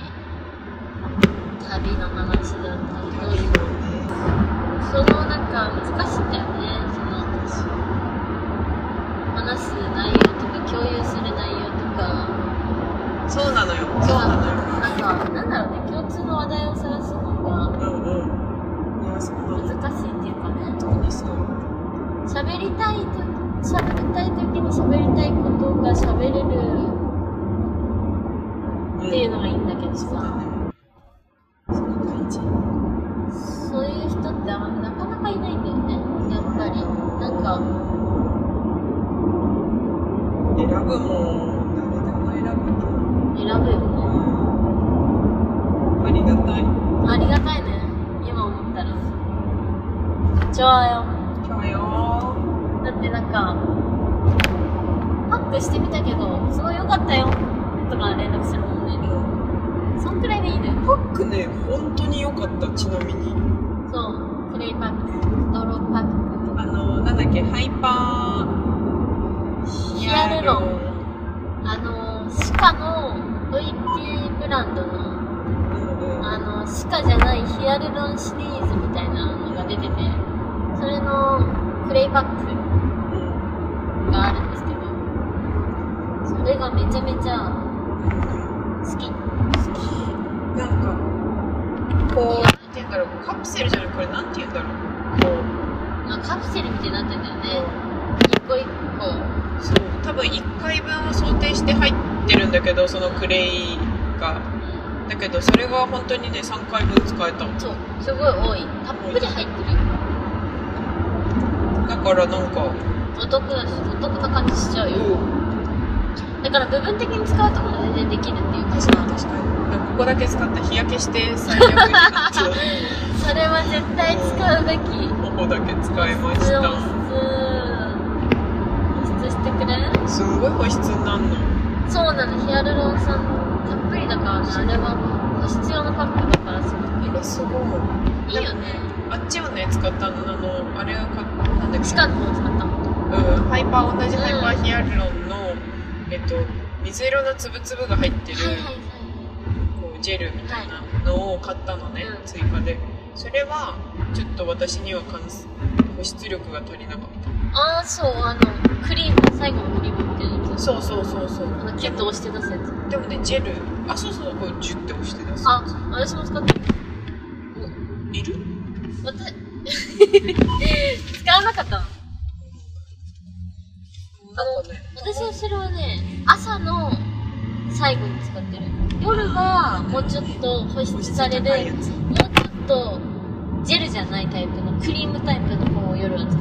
旅の話だったり、どういうそのなんか難しいんだよね。その話す内容とか共有する内容とか。 そうなのよ。そうなのよ。 なんかなんだろうね、共通の話題を探すのがうんうん。いや、そうなの。 難しいっていうかね。 特にそう。 喋りたいと喋りたい時に喋りたいことが喋れるっていうのがいいんだけどさ。 それが大事。 そういう人ってあなかなかいないんだよね。やっぱりなんか選ぶもん。誰でも選ぶ。 選ぶよね。 ありがたい。 ありがたいね。今思ったら。ちょあよ。 ちょあよ。 だってなんかパックしてみたけどすごい良かったよとか連絡するもんね。うん、そんくらいでいいのよ。 パックね、本当に良かった。ちなみに。 そう、クレイパック、ドローパック。 あのなんだっけ、ハイパーヒアルロン。あのシカの ブイティー ブランドの、うんうん、あのシカじゃないヒアルロンシリーズみたいなのが出てて、それのクレイパックがあるんですけど、それがめちゃめちゃ好き。 好き。なんかこう、なんて言うんだろう、カプセルじゃなくてこれなんて言うんだろう。こう、 まあ、カプセルみたいになってんだよね。一個一個。 そう、多分いっかいぶんを想定して入ってるんだけど、そのクレイが。だけどそれが本当にね、さんかいぶん使えた。 そう、すごい多い。たっぷり入ってるよ。 だからなんかお得だし、お得な感じしちゃうよ。だから部分的に使うとこも全然できるっていうかさ。 確かに確かに。ここだけ使ったら日焼けして最悪になっちゃう。 それは絶対使うべき。 頬だけ使いました。 保湿保湿してくれる？ すんごい保湿になるの。 そうなの。ヒアルロン酸たっぷりだからね。あれは保湿用のパックだからすごく。 あれすごいいいよね。 あっちをね使ったの、あのあれを買った、なんだっけ、 シカの方を使ったの。 うん、ハイパー、同じハイパーヒアルロンの、うん、えっと水色のつぶつぶが入ってる、はいはいはい、こうジェルみたいなのを買ったのね、はい、追加で。それはちょっと私には保湿力が足りなかった。 ああ、そう、あのクリーム、最後のクリームみたいなやつ。 そうそうそうそう、 あのキュッと押して出すやつ。 でもね、ジェル、あ、そうそう、こうジュッて押して出す。 あ、私も使ってる。 いる？ 私使わなかったの。あの、ね、私はそれはね、朝の最後に使ってる。夜はもうちょっと保湿される、もうちょっとジェルじゃないタイプのクリームタイプの方を夜は使って。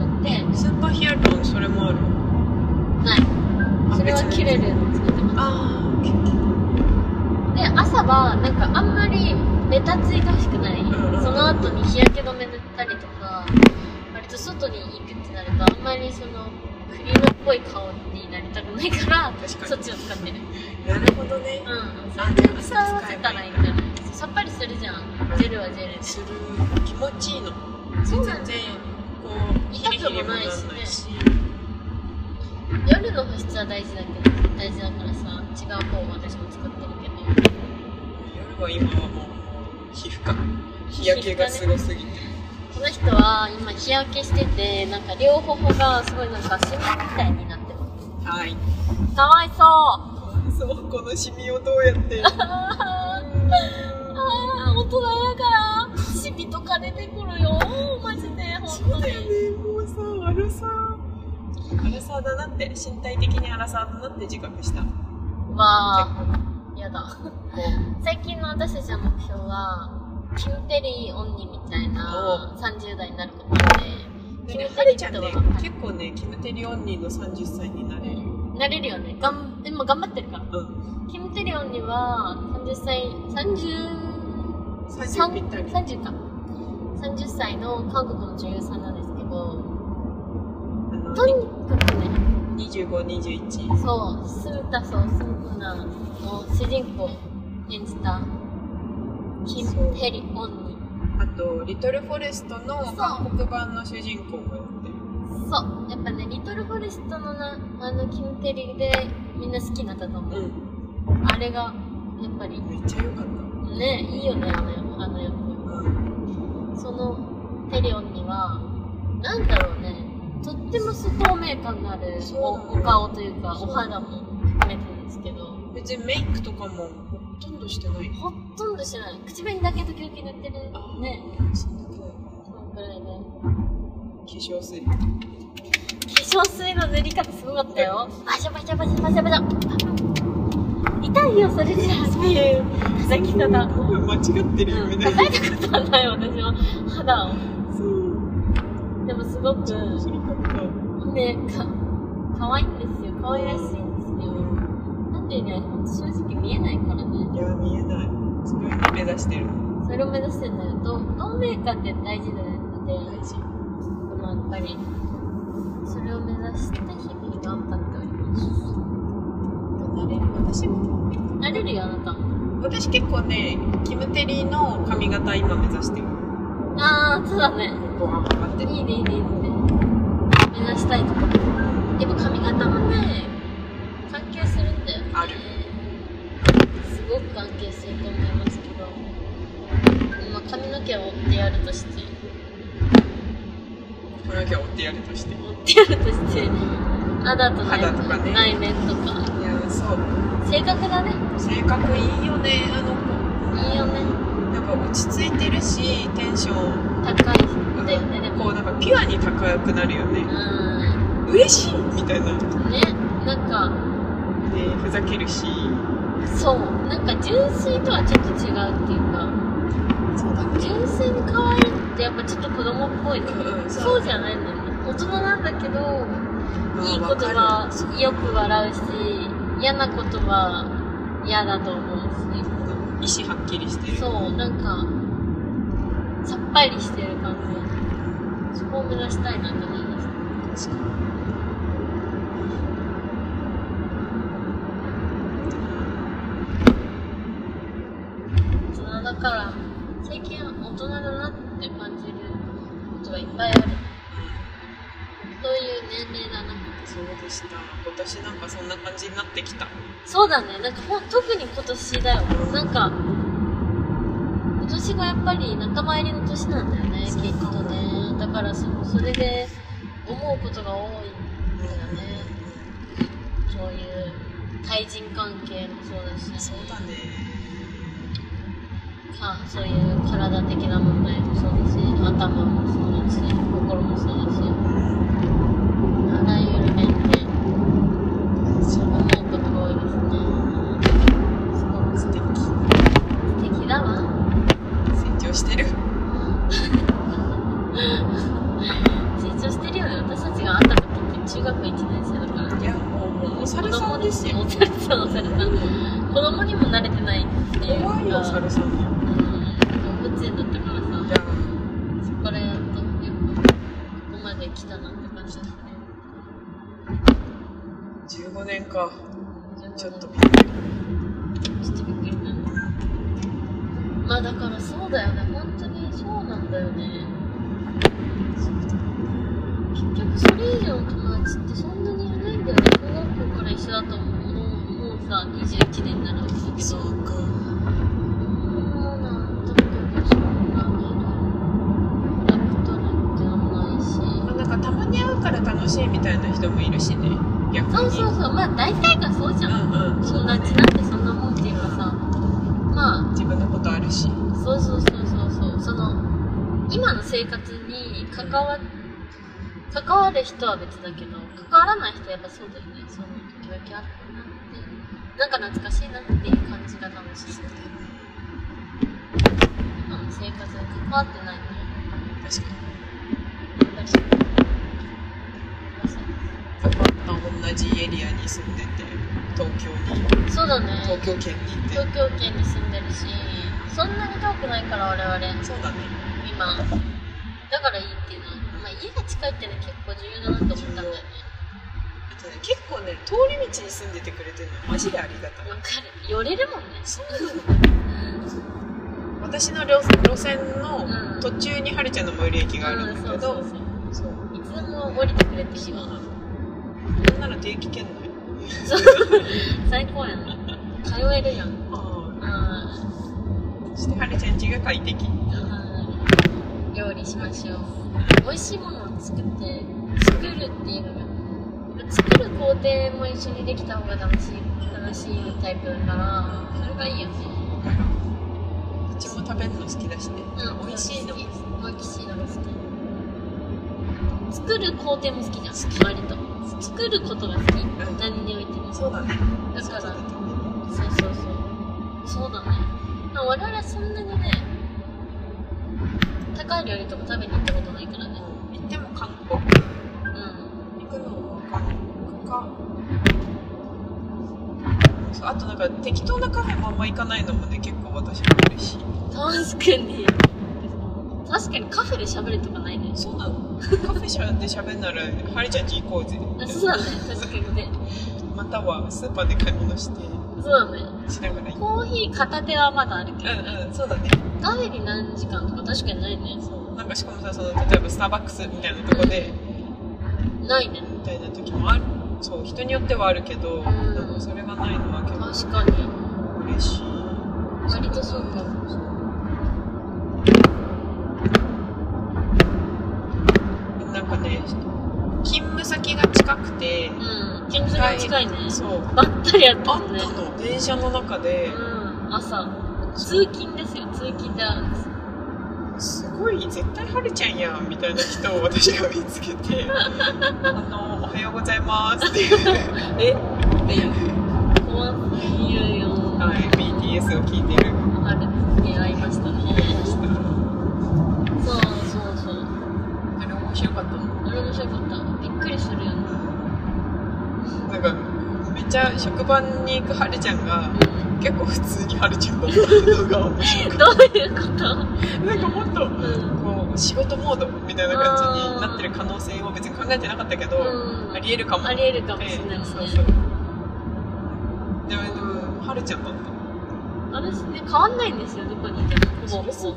スーパーヒアルロンそれもある？ ない。それはキュレルの使ってます。あー、で、朝はなんかあんまりベタついてほしくない。その後に日焼け止め塗ったりとか、割と外に行くってなるとあんまりそのクリームっぽい顔になりたくないから、そっちを使ってる。 なるほどね。 うん。それで使わせたらいいんじゃない？さっぱりするじゃん。ジェルはジェルで。する。 気持ちいいの。 そうなんだ。 全然こう痛くもないしね。 夜の保湿は大事だけど、大事だからさ、違う方を私も使ってるけど。 夜は今はもう皮膚科、日焼けがすごすぎて、ね、 この人は今日焼けしてて、なんか両頬がすごいなんかシミみたいになってる。 はい、 かわいそう。 かわいそう。このシミをどうやってああ、大人だからシミとか出てくるよ、マジで。本当にそうだよね。もうさ、アラサーアラサーだなって、身体的にアラサーだなって自覚した。 わあ、やだ。最近の私たちの目標はキムテリーオンニみたいなさんじゅう代になることなんで、キムテテはるちゃんねリとは、 結構ね、キム・テリオンニーのさんじゅっさいになれるよ。 なれるよね。がん、でも頑張ってるから。 うん。 キム・テリオンにはさんじゅっさい、さんじゅう、 さんじゅうぴったり。 さんじゅうか。さんじゅっさいの韓国の女優さんなんですけど、 あのとにかくね、 にじゅうご、にじゅういち。 そう、スムタソー、スムクナの主人公演じたキム・テリオンニ。 あと、リトル・フォレストの韓国版の主人公もやってる。 そう、やっぱね、リトル・フォレストのな、あのキム・テリでみんな好きになったと思う。 うん。 あれが、やっぱり、 めっちゃ良かった。 ね、いいよね、あの、あの役。 うん。 そのテリオンには、なんだろうね、とっても透明感のあるおお顔というか、お肌も含めてですけど、 別にメイクとかもほとんどしてない。 ほとんどしてない。口紅だけ時々塗ってるね。 そんなくらい。 そのくらいで。 化粧水。 化粧水の塗り方すごかったよ。バシャバシャバシャバシャバシャ。痛いよ、それじゃっていう叩き方。 多分間違ってるよね。 叩いたことはない、私は。肌を。 そう。 でもすごく、 面白かった。 ね、か、かわいいんですよ。かわいらしいんですよ。なんでね、ほんと正直見えないからね。 いや、見えない。それを目指してる。 それを目指してんだよ。ど透明感って大事だよね。 大事。 でもやっぱり、それを目指して日々頑張っております。 なれる私も。 なれるよ、あなたも。 私結構ね、キム・テリーの髪型今目指してる。 あー、そうだね。 ご飯上がってる。 いいね、いいね、いいね。目指したいところ。でも髪型もね、関係するんだよね。 ある。 すごく関係すると思いますけど、まあ、髪の毛を追ってやるとして、 髪の毛を追ってやるとして。 追ってやるとして、肌と内肌とかね内面とか。 いや、そう。 性格だね。 性格いいよね、あの子。 いいよね。 なんか落ち着いてるし、テンション。 高いだよね、でも。 こうなんかピュアに高くなるよね。 うん。 嬉しいみたいな。 ね、なんか、 で、ふざけるし。 そう。なんか純粋とはちょっと違うっていうか、 そうだね。 純粋に可愛いってやっぱちょっと子供っぽいの。 うん、 そうじゃないんだよね。大人なんだけど、いい言わか葉るよく笑うし、嫌な言葉嫌だと思うし、 意志はっきりしてる。 そう、なんか、さっぱりしてる感じ。そこを目指したいなと思いました。 確かに。 大人だから、最近は大人だなって感じることがいっぱいある。そういう年齢だな。 そうでした。今年なんかそんな感じになってきた。 そうだね。なんかほん特に今年だよ。なんか今年がやっぱり仲間入りの年なんだよね、きっとね。だからそそれで思うことが多いんだよね。そういう対人関係もそうだし、 そうだね。 かそういう体的な問題もそうだし、頭もそうだし、心もそうだし。あらゆる面で思うことが多いですね。すごく素敵。 素敵だわ。 成長してる。 成長してるよね。私たちが会った時って中学いちねん生だから。 いや、もう、もう、お猿さんですよ。 お猿さん、お猿さん。子供にも慣れてないっていうか。 怖いよ、お猿さん。 うん。動物園だったからさ。 いや、 そこからやっと、ここまで来たなって感じですね。 じゅうごねんか。ちょっとびっちょっとびっくりだね。まあだからそうだよね。本当にそうなんだよね。結局それ以上の友達ってそんなにいないんだよね。小学校から一緒だと思う。もう、もうさ、にじゅういちねんになるわけだけど。 そうか。 そうなんだけど、そんなにラクトルっていうのもないし。 まあ、なんかたまに会うから楽しいみたいな人もいるしね。逆に。 そうそうそう。まあ大体がそうじゃん。 うんうん。 友達なんてそんなもんっていうかさ。まあ、 自分のことあるし。 そうそうそうそうそう。その、今の生活に関わ、関わる人は別だけど、関わらない人はやっぱそうだよね。その時々あったなって。なんか懐かしいなっていう感じが楽しい。今の生活に関わってないと。 確かに。 やっぱりじエリアに住んでて、東京に、 そうだね、 東京圏にいて、 東京圏に住んでるし、そんなに遠くないから我々、 そうだね、 今だからいいっていうのは、まあ、家が近いっていうのは結構重要だなと思ったんだよね。 あとね、結構ね、通り道に住んでてくれてるのマジでありがたい。 わかる、寄れるもんね。 そうなの。私の路路線の途中にはるちゃんの最寄り駅があるんだけど、 うん、そうそうそう、いつでも降りてくれてしまう。 なんなら定期券内。 そう最高やな、通えるやん。 あそしてはるちゃん家が快適。 料理しましょう。美味しいものを作って作るっていうのが、作る工程も一緒にできた方が楽しい楽しいタイプだから、それがいいよね。 うちも食べるの好きだしね、 うん、 美味しいの美味しいのが好き。作る工程も好きじゃん、割と作ることが好き、うん、何においても。 そうだね、 だからそうそうそうそうだね。我々そんなにね、高い料理とか食べに行ったことないからね。 行っても韓国、うん、行くのは韓国か。そう、あとなんか適当なカフェもあんま行かないのもね、結構私も嬉しい。 確かに確かにカフェで喋るとかないね。 そうなの。カフェで喋るならはりちゃん家行こうぜ。 あ、そうだね、確かにね。 またはスーパーで買い物して、 そうだね、 しながらコーヒー片手はまだあるけど、 うんうん、そうだね。 カフェに何時間とか確かにないね。 そう、なんかしかもさ、その例えばスターバックスみたいなとこで、 うん、ないねみたいな時もある。そう、人によってはあるけど、うん、なんかそれがないのは結構確かに嬉しい。 割とそうかも。 なんかね、勤務先が近くて、 うん、勤務先が近いね。 そう、 ばったりやったもんね。 あったの、電車の中で、 うん、朝通勤ですよ、通勤であるんです。 すごい、絶対はるちゃんやんみたいな人を私が見つけてあの、おはようございますってえっていう怖すぎるよ。 はい、ビーティーエス を聴いてるあれに会いましたね。そうそうそう、 あれ面白かったの。 あれ面白かった。びっくりするよね。 なんかめっちゃ職場に行くはるちゃんが、うん、結構普通にはるちゃんだったのが面白かった。 どういうこと？ なんかもっと、うん、こう仕事モードみたいな感じになってる可能性を別に考えてなかったけど、うん、ありえるかも。 ありえるかもしれないね。 そうそう。でもでもはるちゃんだった。 私ね、変わんないんですよ、どこにいても。ほぼほぼ。そう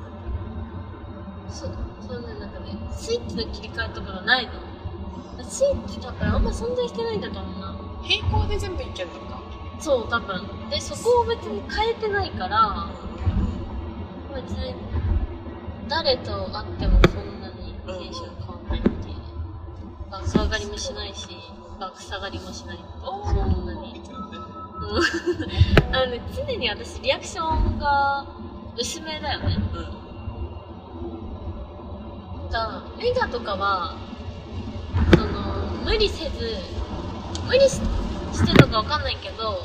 そうね、なんかね、スイッチの切り替えとかがないの。スイッチ多分あんま存在してないんだと思うな。 並行で全部いけんのか。 そう、多分。で、そこを別に変えてないから、別に誰と会ってもそんなにテンション変わんないっていう。爆上がりもしないし、爆下がりもしないって。そんなに。あのね、常に私リアクションが薄めだよね。うん。が、メガとかは、その、無理せず、無理ししてるのかわかんないけど、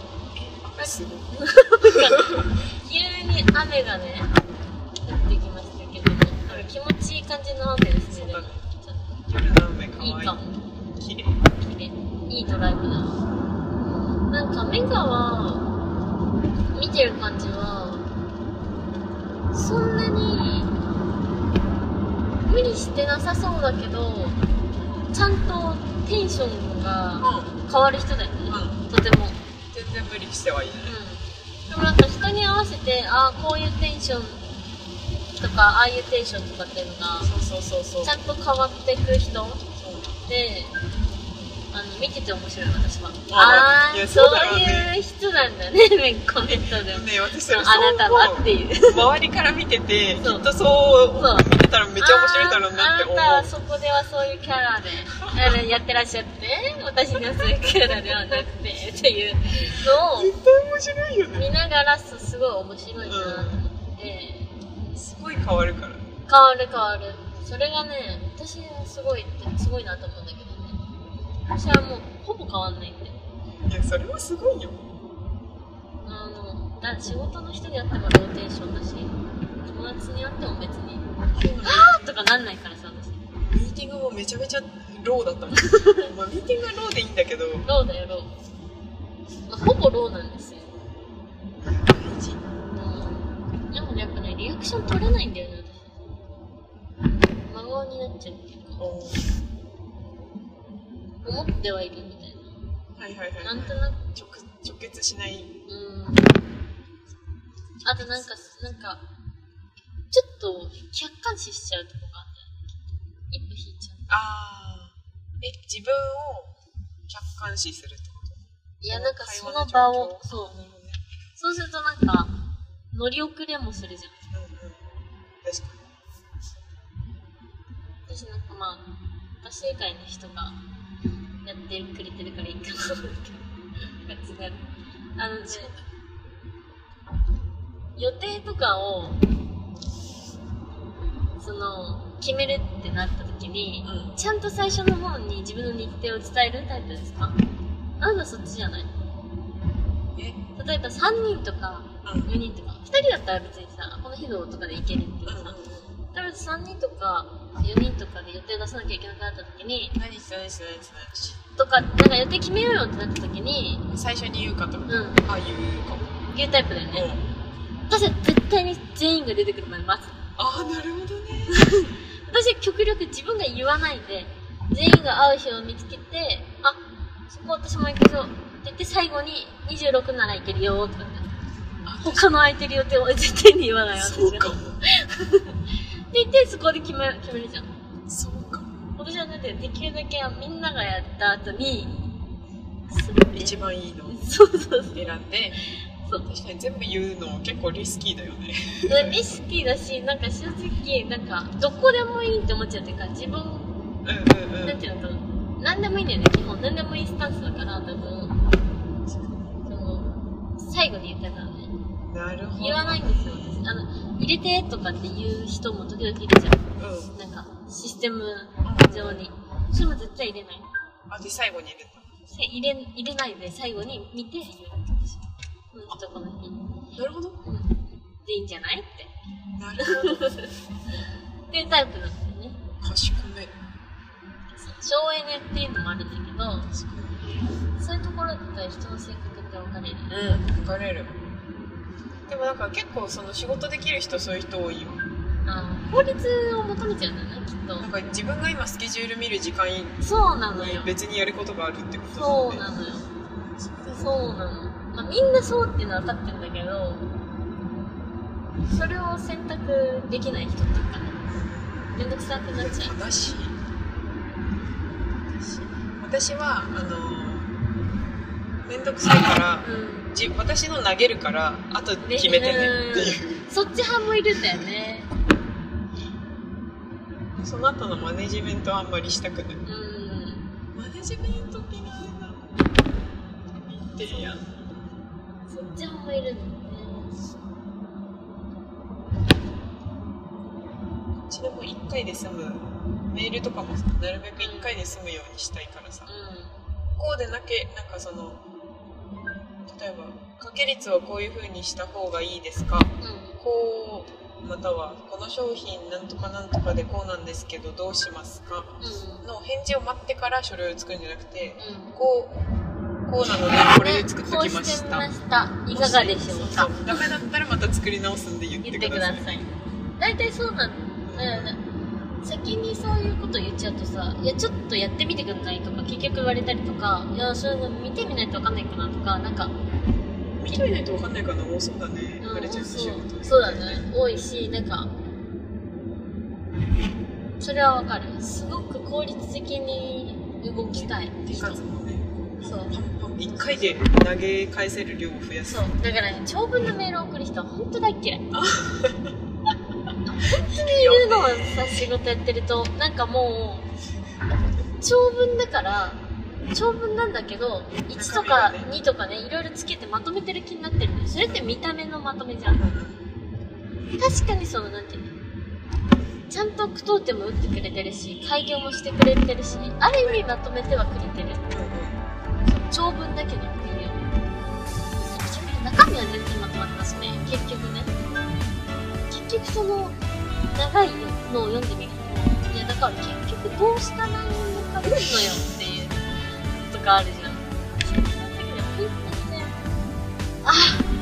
急に雨がね、降ってきましたけども、なんか気持ちいい感じの雨ですね。でも夜の雨かわいい。 いいかも。 綺麗。 綺麗。いいドライブだ。なんかメガは、見てる感じは、そんなに、無理してなさそうだけど、ちゃんとテンションが変わる人だよね、うん、とても。 全然無理してはいない。 うん。でもなんか人に合わせて、ああ、こういうテンションとか、ああいうテンションとかっていうのが、 そうそうそうそう。 ちゃんと変わっていく人で、あの、見てて面白い、私は。ああ、そういう人なんだね、めっこの人でも。ね、私それ、あなたはっていう。 周りから見てて、きっとそう見てたらめっちゃ面白いだろうなって思う。 あなたはそこではそういうキャラでやってらっしゃって、私にはそういうキャラではなくて、っていうのを、 絶対面白いよね。 見ながらすごい面白いなと思って、 うん、すごい変わるから。 変わる変わる。それがね、私はすごい、すごいなと思うんだけどね。私はもうほぼ変わんないんで。 いや、それはすごいよ。 あの、だ仕事の人に会ってもローテーションだし、友達に会っても別に、あーとかなんないからさ、私。 ミーティングもめちゃめちゃローだったもんまあミーティングはローでいいんだけど、 ローだよロー、まあ、ほぼローなんですよ。 大事。 うん、でもやっぱねリアクション取れないんだよね私。真顔になっちゃうっていうか、思ってはいるみたいな。 はいはいはい。 なんとなく直直結しない。 うん。あとなんかなんかちょっと客観視しちゃうとこがあって、一歩引いちゃう。 ああ。え、自分を客観視するってこと？ いや、なんかその場を、そう。 なるほどね。 そうするとなんか乗り遅れもするじゃん。 うんうん。確かに。 私なんかまあ私以外の人がやってくれてるからいいかなって感じがある。あのね、予定とかをその決めるってなった時に、うん、ちゃんと最初の方に自分の日程を伝えるタイプですか？あなたそっちじゃない？ え例えばさんにんとかよにんとか、うん、ふたりだったら別にさこの日のとかで行けるっていうさ、うん、多分さんにんとかよにんとかで予定出さなきゃいけなくなった時に何し何し何し何しとかなんか予定決めようよってなった時に最初に言うかと、うん、ああ言うかも言うタイプだよね、うん、私は絶対に全員が出てくるまで待つ。 ああなるほどね私は極力自分が言わないで全員が会う日を見つけて、あ、そこ私も行くぞって言って最後ににじゅうろくなら行けるよとかって他の空いてる予定を絶対に言わない私は。 そうかもって言ってそこで決め、決めるじゃん。 そうかも。 私はなんてできるだけみんながやった後に一番いいのそうそうそう選んで、そう確かに全部言うの結構リスキーだよねリスキーだし、なんか正直なんかどこでもいいって思っちゃうっていうか自分、うんうんうん、なんていうの何でもいいんだよね基本。何でもいいスタンスだから多分その最後に言ったからね。 なるほど。 言わないんですよ私。あの入れてとかって言う人も時々いるじゃん、うん、なんかシステム上に、うん、それも絶対入れない。 あで最後に入れた入れ入れないで最後に見て言うって私この人この日なるほど、 うん、でいいんじゃないってなるほどっていうタイプなんですよね。 賢め。 省エネっていうのもあるんだけど、そういうところだったら人の性格って分かれる。 うん分かれる。でもなんか結構その仕事できる人そういう人多いよ。 ああ、効率を求めちゃうんだねきっと。 なんか自分が今スケジュール見る時間にそうなのよ別にやることがあるってことだそうなのよ。そうなの。まあ、みんなそうっていうのは分かってるんだけどそれを選択できない人っていうかねめんどくさくなっちゃう。 正しい。私はあのめんどくさいから、うん、じ私の投げるからあと決めてねっていう、 そっち派もいるんだよね。 その後のマネジメントはあんまりしたくない。 うんマネジメントって何なの言ってるやん。 そっち派もいるんだよね。 うちでもいっかいで済むメールとかもなるべくいっかいで済むようにしたいからさ、うん、こうでなけなんかその例えば掛け率はこういう風にした方がいいですか、うん、こうまたはこの商品なんとかなんとかでこうなんですけどどうしますか、うん、の返事を待ってから書類を作るんじゃなくて、うん、こうこうなのでこれで作ってきました、 ね、こうしてみましたいかがでしょうか。 そうそうダメだったらまた作り直すんで言ってください。言ってください。 大体そうなんだよね。先にそういうこと言っちゃうとさ、いやちょっとやってみてくださいとか結局言われたりとか、いやそういうの見てみないと分かんないかなとか、なんか見てみないと分かんないかな多そうだね。 うん、 あれちゃんの仕事、 そう、そうだね多いし、なんかそれは分かる。すごく効率的に動きたい手数もね、 そうパンパンいっかいで投げ返せる量を増やす。 そうだから、ね、長文のメールを送る人は本当大嫌い本当にいるのはさ、仕事やってるとなんかもう長文だから長文なんだけどいちとかにとかねいろいろつけてまとめてる気になってるんで、それって見た目のまとめじゃん。確かにそのなんていうのちゃんと句読点も打ってくれてるし開業もしてくれてるし、ある意味まとめてはくれてる。長文だけどっていう中身は全然まとまってますね結局ね。結局その長いのを読んでみると、いやだから結局どうした内容のかるのよっていうとかあるじゃん。その時に本当にね、あ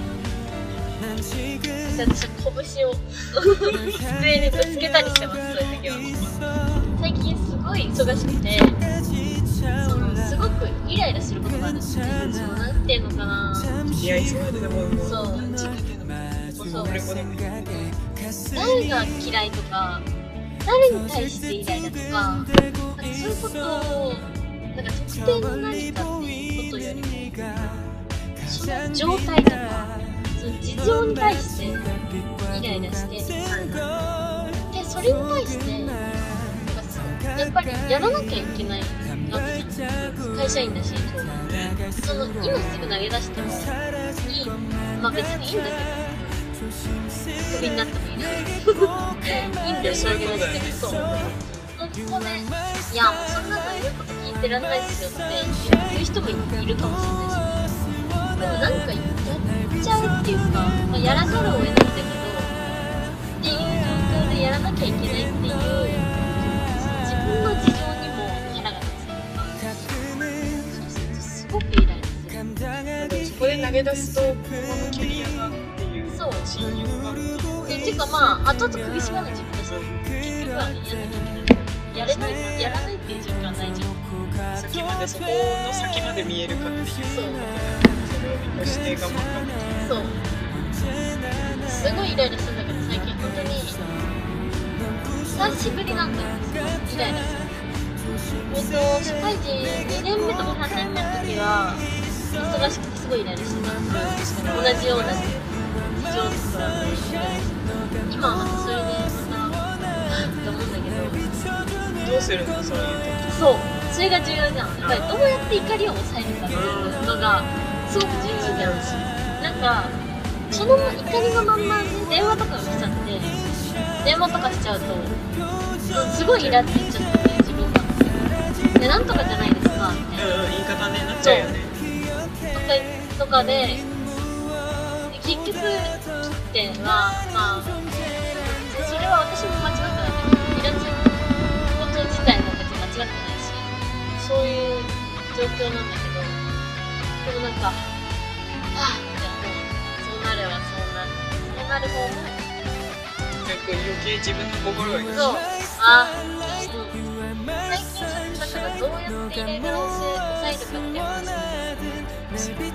私は拳を机にぶつけたりしてます。そういう時は最近すごい忙しくて、そのすごくイライラすることがあるんですよ。そのなんていうのかな、 いやいつまででももうそう何時間でもそうこれこれも誰が嫌いとか誰に対してイライラとか、なんかそういうことをなんか特定の何かっていうことよりも、その状態とかその事情に対してイライラして、でそれに対してなんかやっぱりやらなきゃいけないわけじゃん。会社員だし、その今すぐ投げ出してもいい、まあ別にいいんだけどクビになってもいいな。いいんだよ、そういう投げ出しても。そうここで、いやもうそんなの言うこと聞いてらんないっすよって言う人もいるかもしれないし、でもなんかやっちゃうっていうか、まあ、やらざるを得ないんだけどっていう状況でやらなきゃいけないっていう、自分の事情にも腹が立つとか、そうするとすごくイライラする。 そこで投げ出すとこのキャリアがっていうそう親友がっていうか、まあ後々首絞まる自分だし、結局はやんなきゃいけない。やれない、やらないっていう状況はないじゃん。 先までそこの先まで見えるかっていうそうそれを見越して頑張ったっていうそうすごいイライラするんだけど、最近本当に久しぶりなんだよ、イライラする。えっと社会人にねんめとかさんねんめの時は忙しくてすごいイライラしてたんですけど、同じような事情とかイライラしてた。今はまたそれでまたって思うんだけど、 どうするのそういう時。 そうそれが重要じゃん。やっぱりどうやって怒りを抑えるかっていうのがすごく重要じゃん。なんかその怒りのまんまで電話とかが来ちゃって、電話とかしちゃうとすごいイラって言っちゃって、自分がでなんとかじゃないですかみたいな、 うん、言い方ねなっちゃうよねとかとかで結局切っては、まあそれは私も間違ってないけど、イラつくこと自体も別に間違ってないし、そういう状況なんだけど、でもなんかはぁって思う。そうなればそうなる、そうなる方も結構余計自分の心がそう、あ、うん、最近だからどうやってイライラを抑えるかっていう話なんですけど、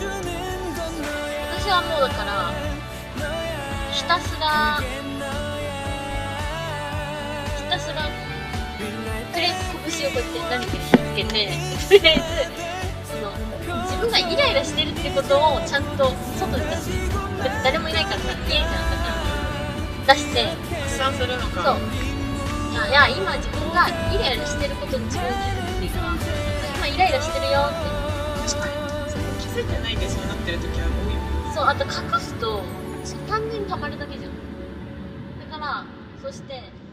私はもうだからひたすらひたすらとりあえず拳をこうやって何かに引っつけて、とりあえずその自分がイライラしてるってことをちゃんと外に出す。別に誰もいないからさ、家じゃんだから出して発散するのか。 そう、いや今自分がイライラしてることに自分に気づくっていうか、今イライラしてるよって。 確かにそこ気づいてないでそうなってる時は多いよね。 そう、あと隠すと単純に溜まるだけじゃん。だからそして